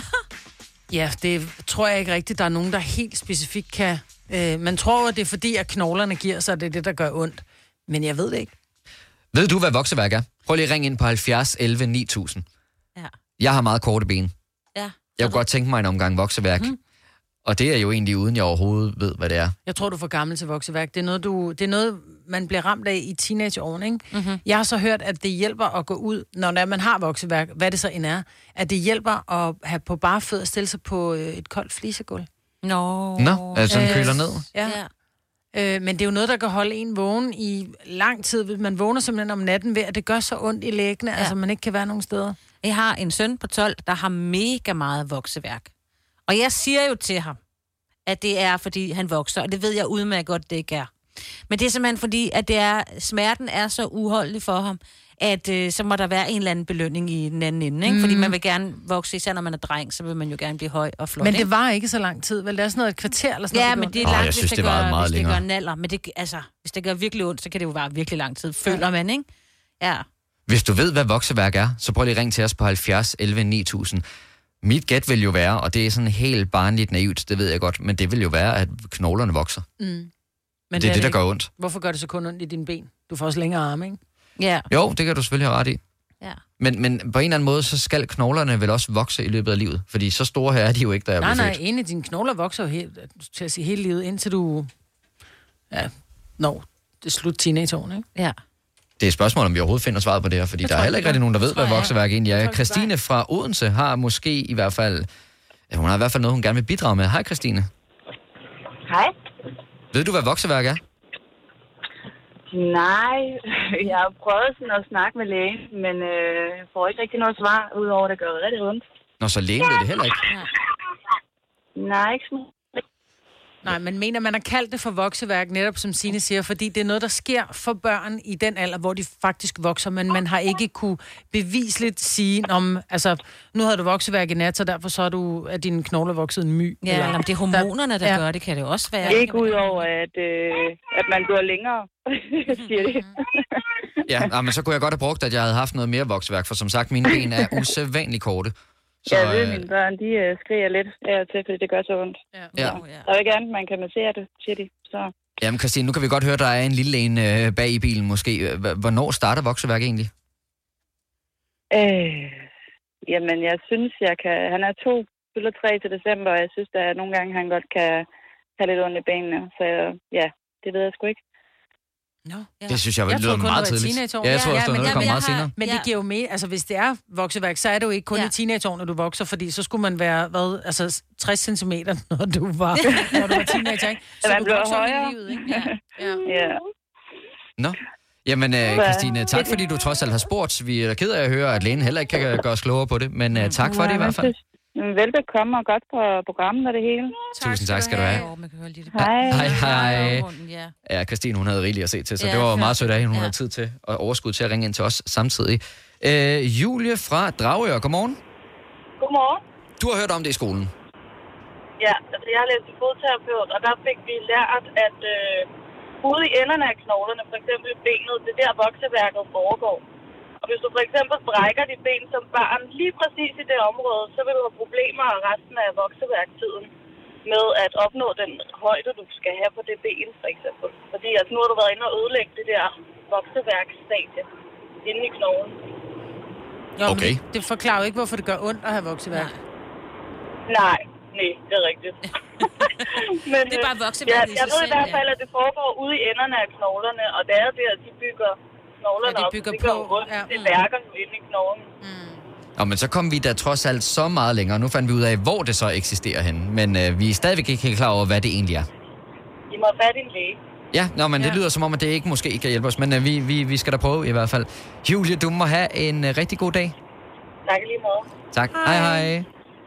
Ja, det tror jeg ikke rigtigt, der er nogen, der helt specifikt kan... Øh, man tror, at det er fordi, at knoglerne giver sig, det er det, der gør ondt. Men jeg ved det ikke. Ved du, hvad vokseværk er? Prøv lige at ringe ind på halvfjerds elleve ni tusind. Ja. Jeg har meget korte ben. Ja. Jeg kunne godt tænke mig en omgang vokseværk. Mm. Og det er jo egentlig uden jeg overhovedet ved, hvad det er. Jeg tror, du er for gammel til vokseværk. Det er noget, du, det er noget man bliver ramt af i teenageårene, ikke? Mm-hmm. Jeg har så hørt, at det hjælper at gå ud, når der, man har vokseværk, hvad det så end er, at det hjælper at have på bare fødder og stille sig på øh, et koldt flisegulv. Nå. Nå, altså den køler ned. Ja. ja. Øh, men det er jo noget, der kan holde en vågen i lang tid. Man vågner simpelthen om natten ved, at det gør så ondt i læggene, ja. altså man ikke kan være nogen steder. Jeg har en søn på tolv, der har mega meget vokseværk. Og jeg siger jo til ham, at det er, fordi han vokser, og det ved jeg udmærket godt, det ikke er. Men det er simpelthen fordi, at det er, smerten er så uholdelig for ham, at øh, så må der være en eller anden belønning i den anden ende, ikke? Mm. Fordi man vil gerne vokse, især når man er dreng, så vil man jo gerne blive høj og flot. Men det ikke? var ikke så lang tid, vel? Det er sådan noget et kvarter eller sådan Ja, noget. men det er Åh, langt, jeg hvis, synes, det, det var gør, meget hvis det længere. gør naller. Men det, altså, hvis det gør virkelig ondt, så kan det jo være virkelig lang tid, føler man, ikke? Ja. Hvis du ved, hvad vokseværk er, så prøv lige at ringe til os på halvfjerds elleve ni tusind. Mit gæt vil jo være, og det er sådan helt barnligt naivt, det ved jeg godt, men det vil jo være, at knoglerne vokser. Mm. Men det er det, der gør ondt. Hvorfor gør det så kun ondt i dine ben? Du får også længere arme, ikke? Ja. Jo, det kan du selvfølgelig have ret i. Ja. Men, men på en eller anden måde, så skal knoglerne vel også vokse i løbet af livet. Fordi så store her er de jo ikke, da jeg Nej, blev nej, født. en af dine knogler vokser jo helt, til at sige, hele livet, indtil du... Ja, når det er slut teenageårene, ikke? Ja. Det er et spørgsmål, om vi overhovedet finder svaret på det her, fordi Jeg der tror er heller ikke, ikke rigtig nogen, der det ved, tror hvad jeg. vokseværk egentlig Jeg er. tror ikke, Christine fra Odense har måske i hvert fald... Ja, hun har i hvert fald noget, hun gerne vil bidrage med. Hej, Christine. Hej. Ved du, hvad vokseværk er? Nej, jeg har prøvet sådan at snakke med lægen, men øh, jeg får ikke rigtig noget svar, udover at det gør rigtig ondt. Nå, så lægen ved det heller ikke. Nej, ikke sådan. Nej, men mener, man har kaldt det for vokseværk, netop som Signe siger, fordi det er noget, der sker for børn i den alder, hvor de faktisk vokser, men man har ikke kunne bevisligt sige, om, altså, nu havde du vokseværk i nat, så derfor så er du, at dine knogler vokset en my. Ja, eller om det er hormonerne, der ja. gør det, kan det jo også være. Ikke udover, at, øh, at man går længere, siger det. Ja, ah, men så kunne jeg godt have brugt, at jeg havde haft noget mere vokseværk, for som sagt, mine ben er usædvanligt korte. Så, jeg ved, øh... mine børn, de øh, skriger lidt til, fordi det gør så ondt. Ja. Ja. Der er jo ikke andet, man kan massere det, siger de. Så. Jamen, Christine, nu kan vi godt høre, at der er en lille en øh, bag i bilen måske. Hvornår starter vokseværk egentlig? Øh, jamen, jeg synes, jeg kan... Han er to, fylder tre til december, og jeg synes, at nogle gange, han godt kan have lidt ondt i benene. Så ja, det ved jeg sgu ikke. No. Ja. Det synes jeg, jeg lyder kun, meget tidligt. Ja, jeg tror også, det ja, kommer meget senere. Men det giver jo med, altså hvis det er vokseværk, så er det jo ikke kun ja. i teenageårene, du vokser, fordi så skulle man være, hvad, altså tres centimeter, når du var, når du var teenager, ikke? Så man du bliver vokser højere. i livet, ikke? Ja. Ja. ja. Nå. Jamen, øh, Christine, tak fordi du trods alt har spurgt. Vi er ked af at høre, at lægen heller ikke kan gøre os klogere på det, men øh, tak for det i hvert fald. Velbekomme og godt på programmet og det hele. Tusind tak skal du have. Hej. Hej, hej. Ja, Christine, hun havde rigeligt at se til, så det var meget sødt af hende. Hun havde tid til og overskud til at ringe ind til os samtidig. Øh, Julie fra Dragør, godmorgen. Godmorgen. Du har hørt om det i skolen? Ja, altså jeg har læst til fodterapeut, og der fik vi lært, at øh, ude i enderne af knoglerne, for eksempel i benet, det er der vokseværket foregår. Og hvis du for eksempel brækker dit ben som barn lige præcis i det område, så vil du have problemer resten af vokseværktiden med at opnå den højde, du skal have på det ben, for eksempel. Fordi altså, nu har du været inde og ødelægge det der vokseværksstadie inde i knoglen. Jo, okay. Det, det forklarer jo ikke, hvorfor det gør ondt at have vokseværk. Nej, nej, det er rigtigt. Men, det er bare vokseværk ja, i sig jeg ved selv, i hvert fald, ja. at det foregår ude i enderne af knoglerne, og det er der, de bygger knoglerne ja, de op. bygger det på. Rundt. Ja. Det værker jo inde i knoglen. Mm. Og men så kom vi da trods alt så meget længere. Nu fandt vi ud af, hvor det så eksisterer henne. Men øh, vi er stadigvæk ikke helt klar over, hvad det egentlig er. I må have fat i en læge. Ja, nå, men ja. Det lyder som om, at det ikke måske ikke kan hjælpe os. Men øh, vi, vi, vi skal da prøve i hvert fald. Julie, du må have en øh, rigtig god dag. Tak lige måde. Tak. Hej, hej. hej.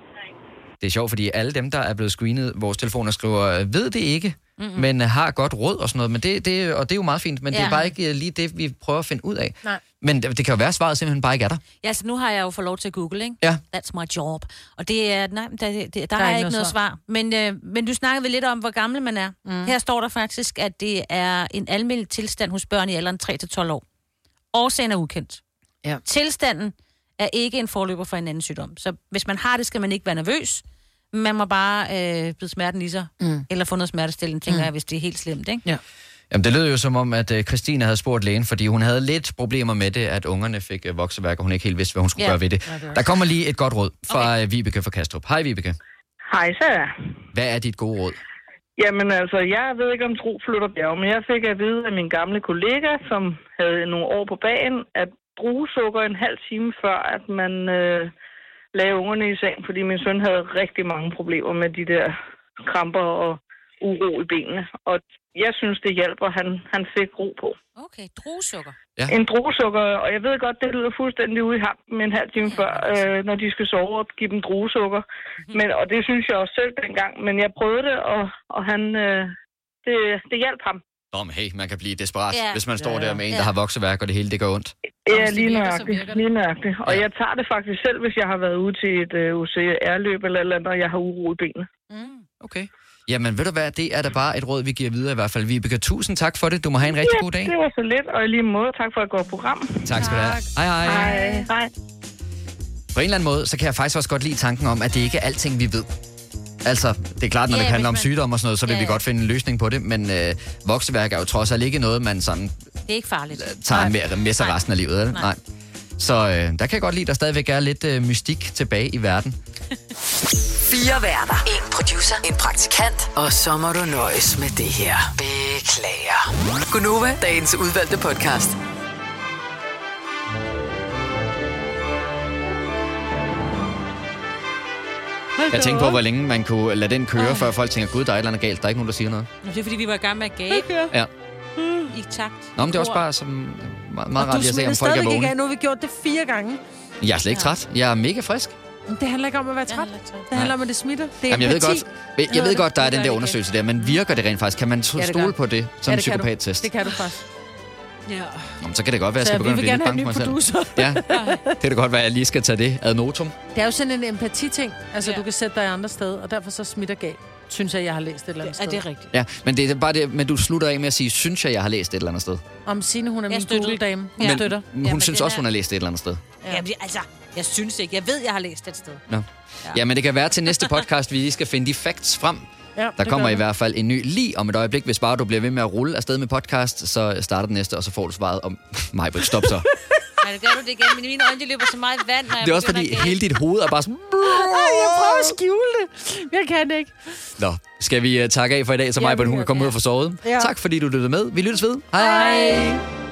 Det er sjovt, fordi alle dem, der er blevet screenet, vores telefoner skriver, ved det ikke, mm-hmm. men har godt råd og sådan noget. Men det, det, og det er jo meget fint, men ja. Det er bare ikke lige det, vi prøver at finde ud af. Nej. Men det, det kan jo være, at svaret simpelthen bare ikke er der. Ja, så nu har jeg jo fået lov til at google, ikke? Ja. That's my job. Og det er, nej, der, der, der, der er er ikke ikke noget noget svar. svar. Men, øh, men du snakkede vel lidt om, hvor gammel man er. Mm. Her står der faktisk, at det er en almindelig tilstand hos børn i alderen tre til tolv år. Årsagen er ukendt. Ja. Tilstanden er ikke en forløber for en anden sygdom. Så hvis man har det, skal man ikke være nervøs. Man må bare øh, byde smerten i sig, mm. eller få noget smertestillende, tænker mm. jeg, hvis det er helt slemt, ikke? Ja. Jamen, det lød jo som om, at uh, Christine havde spurgt lægen, fordi hun havde lidt problemer med det, at ungerne fik uh, vokseværk, og hun ikke helt vidste, hvad hun skulle ja. gøre ved det. Ja, det Der kommer lige et godt råd fra okay. uh, Vibeke fra Kastrup. Hej, Vibeke. Hej, så. Hvad er dit gode råd? Jamen altså, jeg ved ikke om tro flytter bjerg, men jeg fik at vide af min gamle kollega, som havde nogle år på bagen, at bruge sukker en halv time før, at man øh, lagde ungerne i seng, fordi min søn havde rigtig mange problemer med de der kramper og uro i benene. Og jeg synes, det hjælper, han, han fik ro på. Okay, druesukker. Ja. En druesukker, og jeg ved godt, det lyder fuldstændig ude i hampen en halv time ja, før, øh, når de skal sove og give dem druesukker. Mm-hmm. Men, og det synes jeg også selv dengang, men jeg prøvede det, og, og han, øh, det, det hjalp ham. Nå, men hey, man kan blive desperat, ja. hvis man står ja, ja. der med en, ja. der har vokseværk, og det hele det gør ondt. Ja, lige nøjagtigt. Lige nøjagtigt. Og ja. jeg tager det faktisk selv, hvis jeg har været ude til et uh, U C R-løb eller et eller andet, og jeg har uro i benene. Mm. Okay. Jamen, ved du hvad, det er da bare et råd, vi giver videre i hvert fald. Vibeke, tusind tak for det. Du må have en rigtig ja, god dag. det var så lidt, og i lige måde, tak for et godt program. Tak skal du have. Hej, hej. Hej. Hej. På en eller anden måde, så kan jeg faktisk også godt lide tanken om, at det ikke er alting, vi ved. Altså, det er klart, når yeah, det handler om man... sygdom og sådan noget, så vil yeah. vi godt finde en løsning på det, men øh, vokseværk er jo trods alt ikke noget, man sådan... Det er ikke farligt. ...tager med, med sig resten af livet, Nej. Nej. Så øh, der kan jeg godt lide, at der stadigvæk er lidt øh, mystik tilbage i verden. Fire værter. En producer. En praktikant. Og så må du nøjes med det her. Beklager. Gunova, dagens udvalgte podcast. Jeg tænkte på, hvor længe man kunne lade den køre, før folk tænker, gud, der er et eller andet galt. Der er ikke nogen, der siger noget. Det er, fordi vi var i gang med at gabe. Ja. I takt. Nå, men det er også bare som meget, meget rart at se, om folk er stadigvæk vågne. ikke af. Nu har vi gjort det fire gange. Jeg er slet ikke træt. Jeg er mega frisk. Det handler ikke om at være træt. Det handler om, at det smitter. Det er Jamen, jeg ved godt, jeg, jeg ved godt, der er den der det undersøgelse der, men virker det rent faktisk? Kan man stole ja, på det som ja, en psykopattest? Det kan du faktisk. Ja. Nå, så kan det godt være, at jeg skal begynde at blive lidt bange for mig selv. Ja, det kan det godt være, at jeg lige skal tage det ad notum. Det er jo sådan en empati-ting. Altså, ja. Du kan sætte dig i andre steder, og derfor så smitter galt. Synes jeg, jeg har læst et eller andet sted. Ja, det er rigtigt. Ja, men det er bare det, men du slutter af med at sige, synes jeg, jeg har læst et eller andet sted. Om Signe, hun er min Google-dame. Hun ja. støtter. Men hun ja, synes også, er... hun har læst et eller andet sted. Ja. Jamen, altså, jeg synes ikke. Jeg ved, jeg har læst et sted. Nå. Ja. ja, men det kan være til næste podcast, vi lige skal finde de facts frem. Ja, der kommer i hvert fald en ny lige om et øjeblik. Hvis bare du bliver ved med at rulle afsted med podcast, så starter den næste, og så får du svaret om... Majbrit, stop så. Nej, det gør du det igen, men i mine øjne, de løber så meget vand, når jeg Det er også fordi, begynder at hele dit hoved er bare sådan... Jeg prøver at skjule det. Jeg kan ikke. Nå, skal vi uh, takke af for i dag, så Ja, mig, det hun gør kan komme vi. ud og få sovet. Ja. Tak fordi du lyttede med. Vi lyttes ved. Hej hej.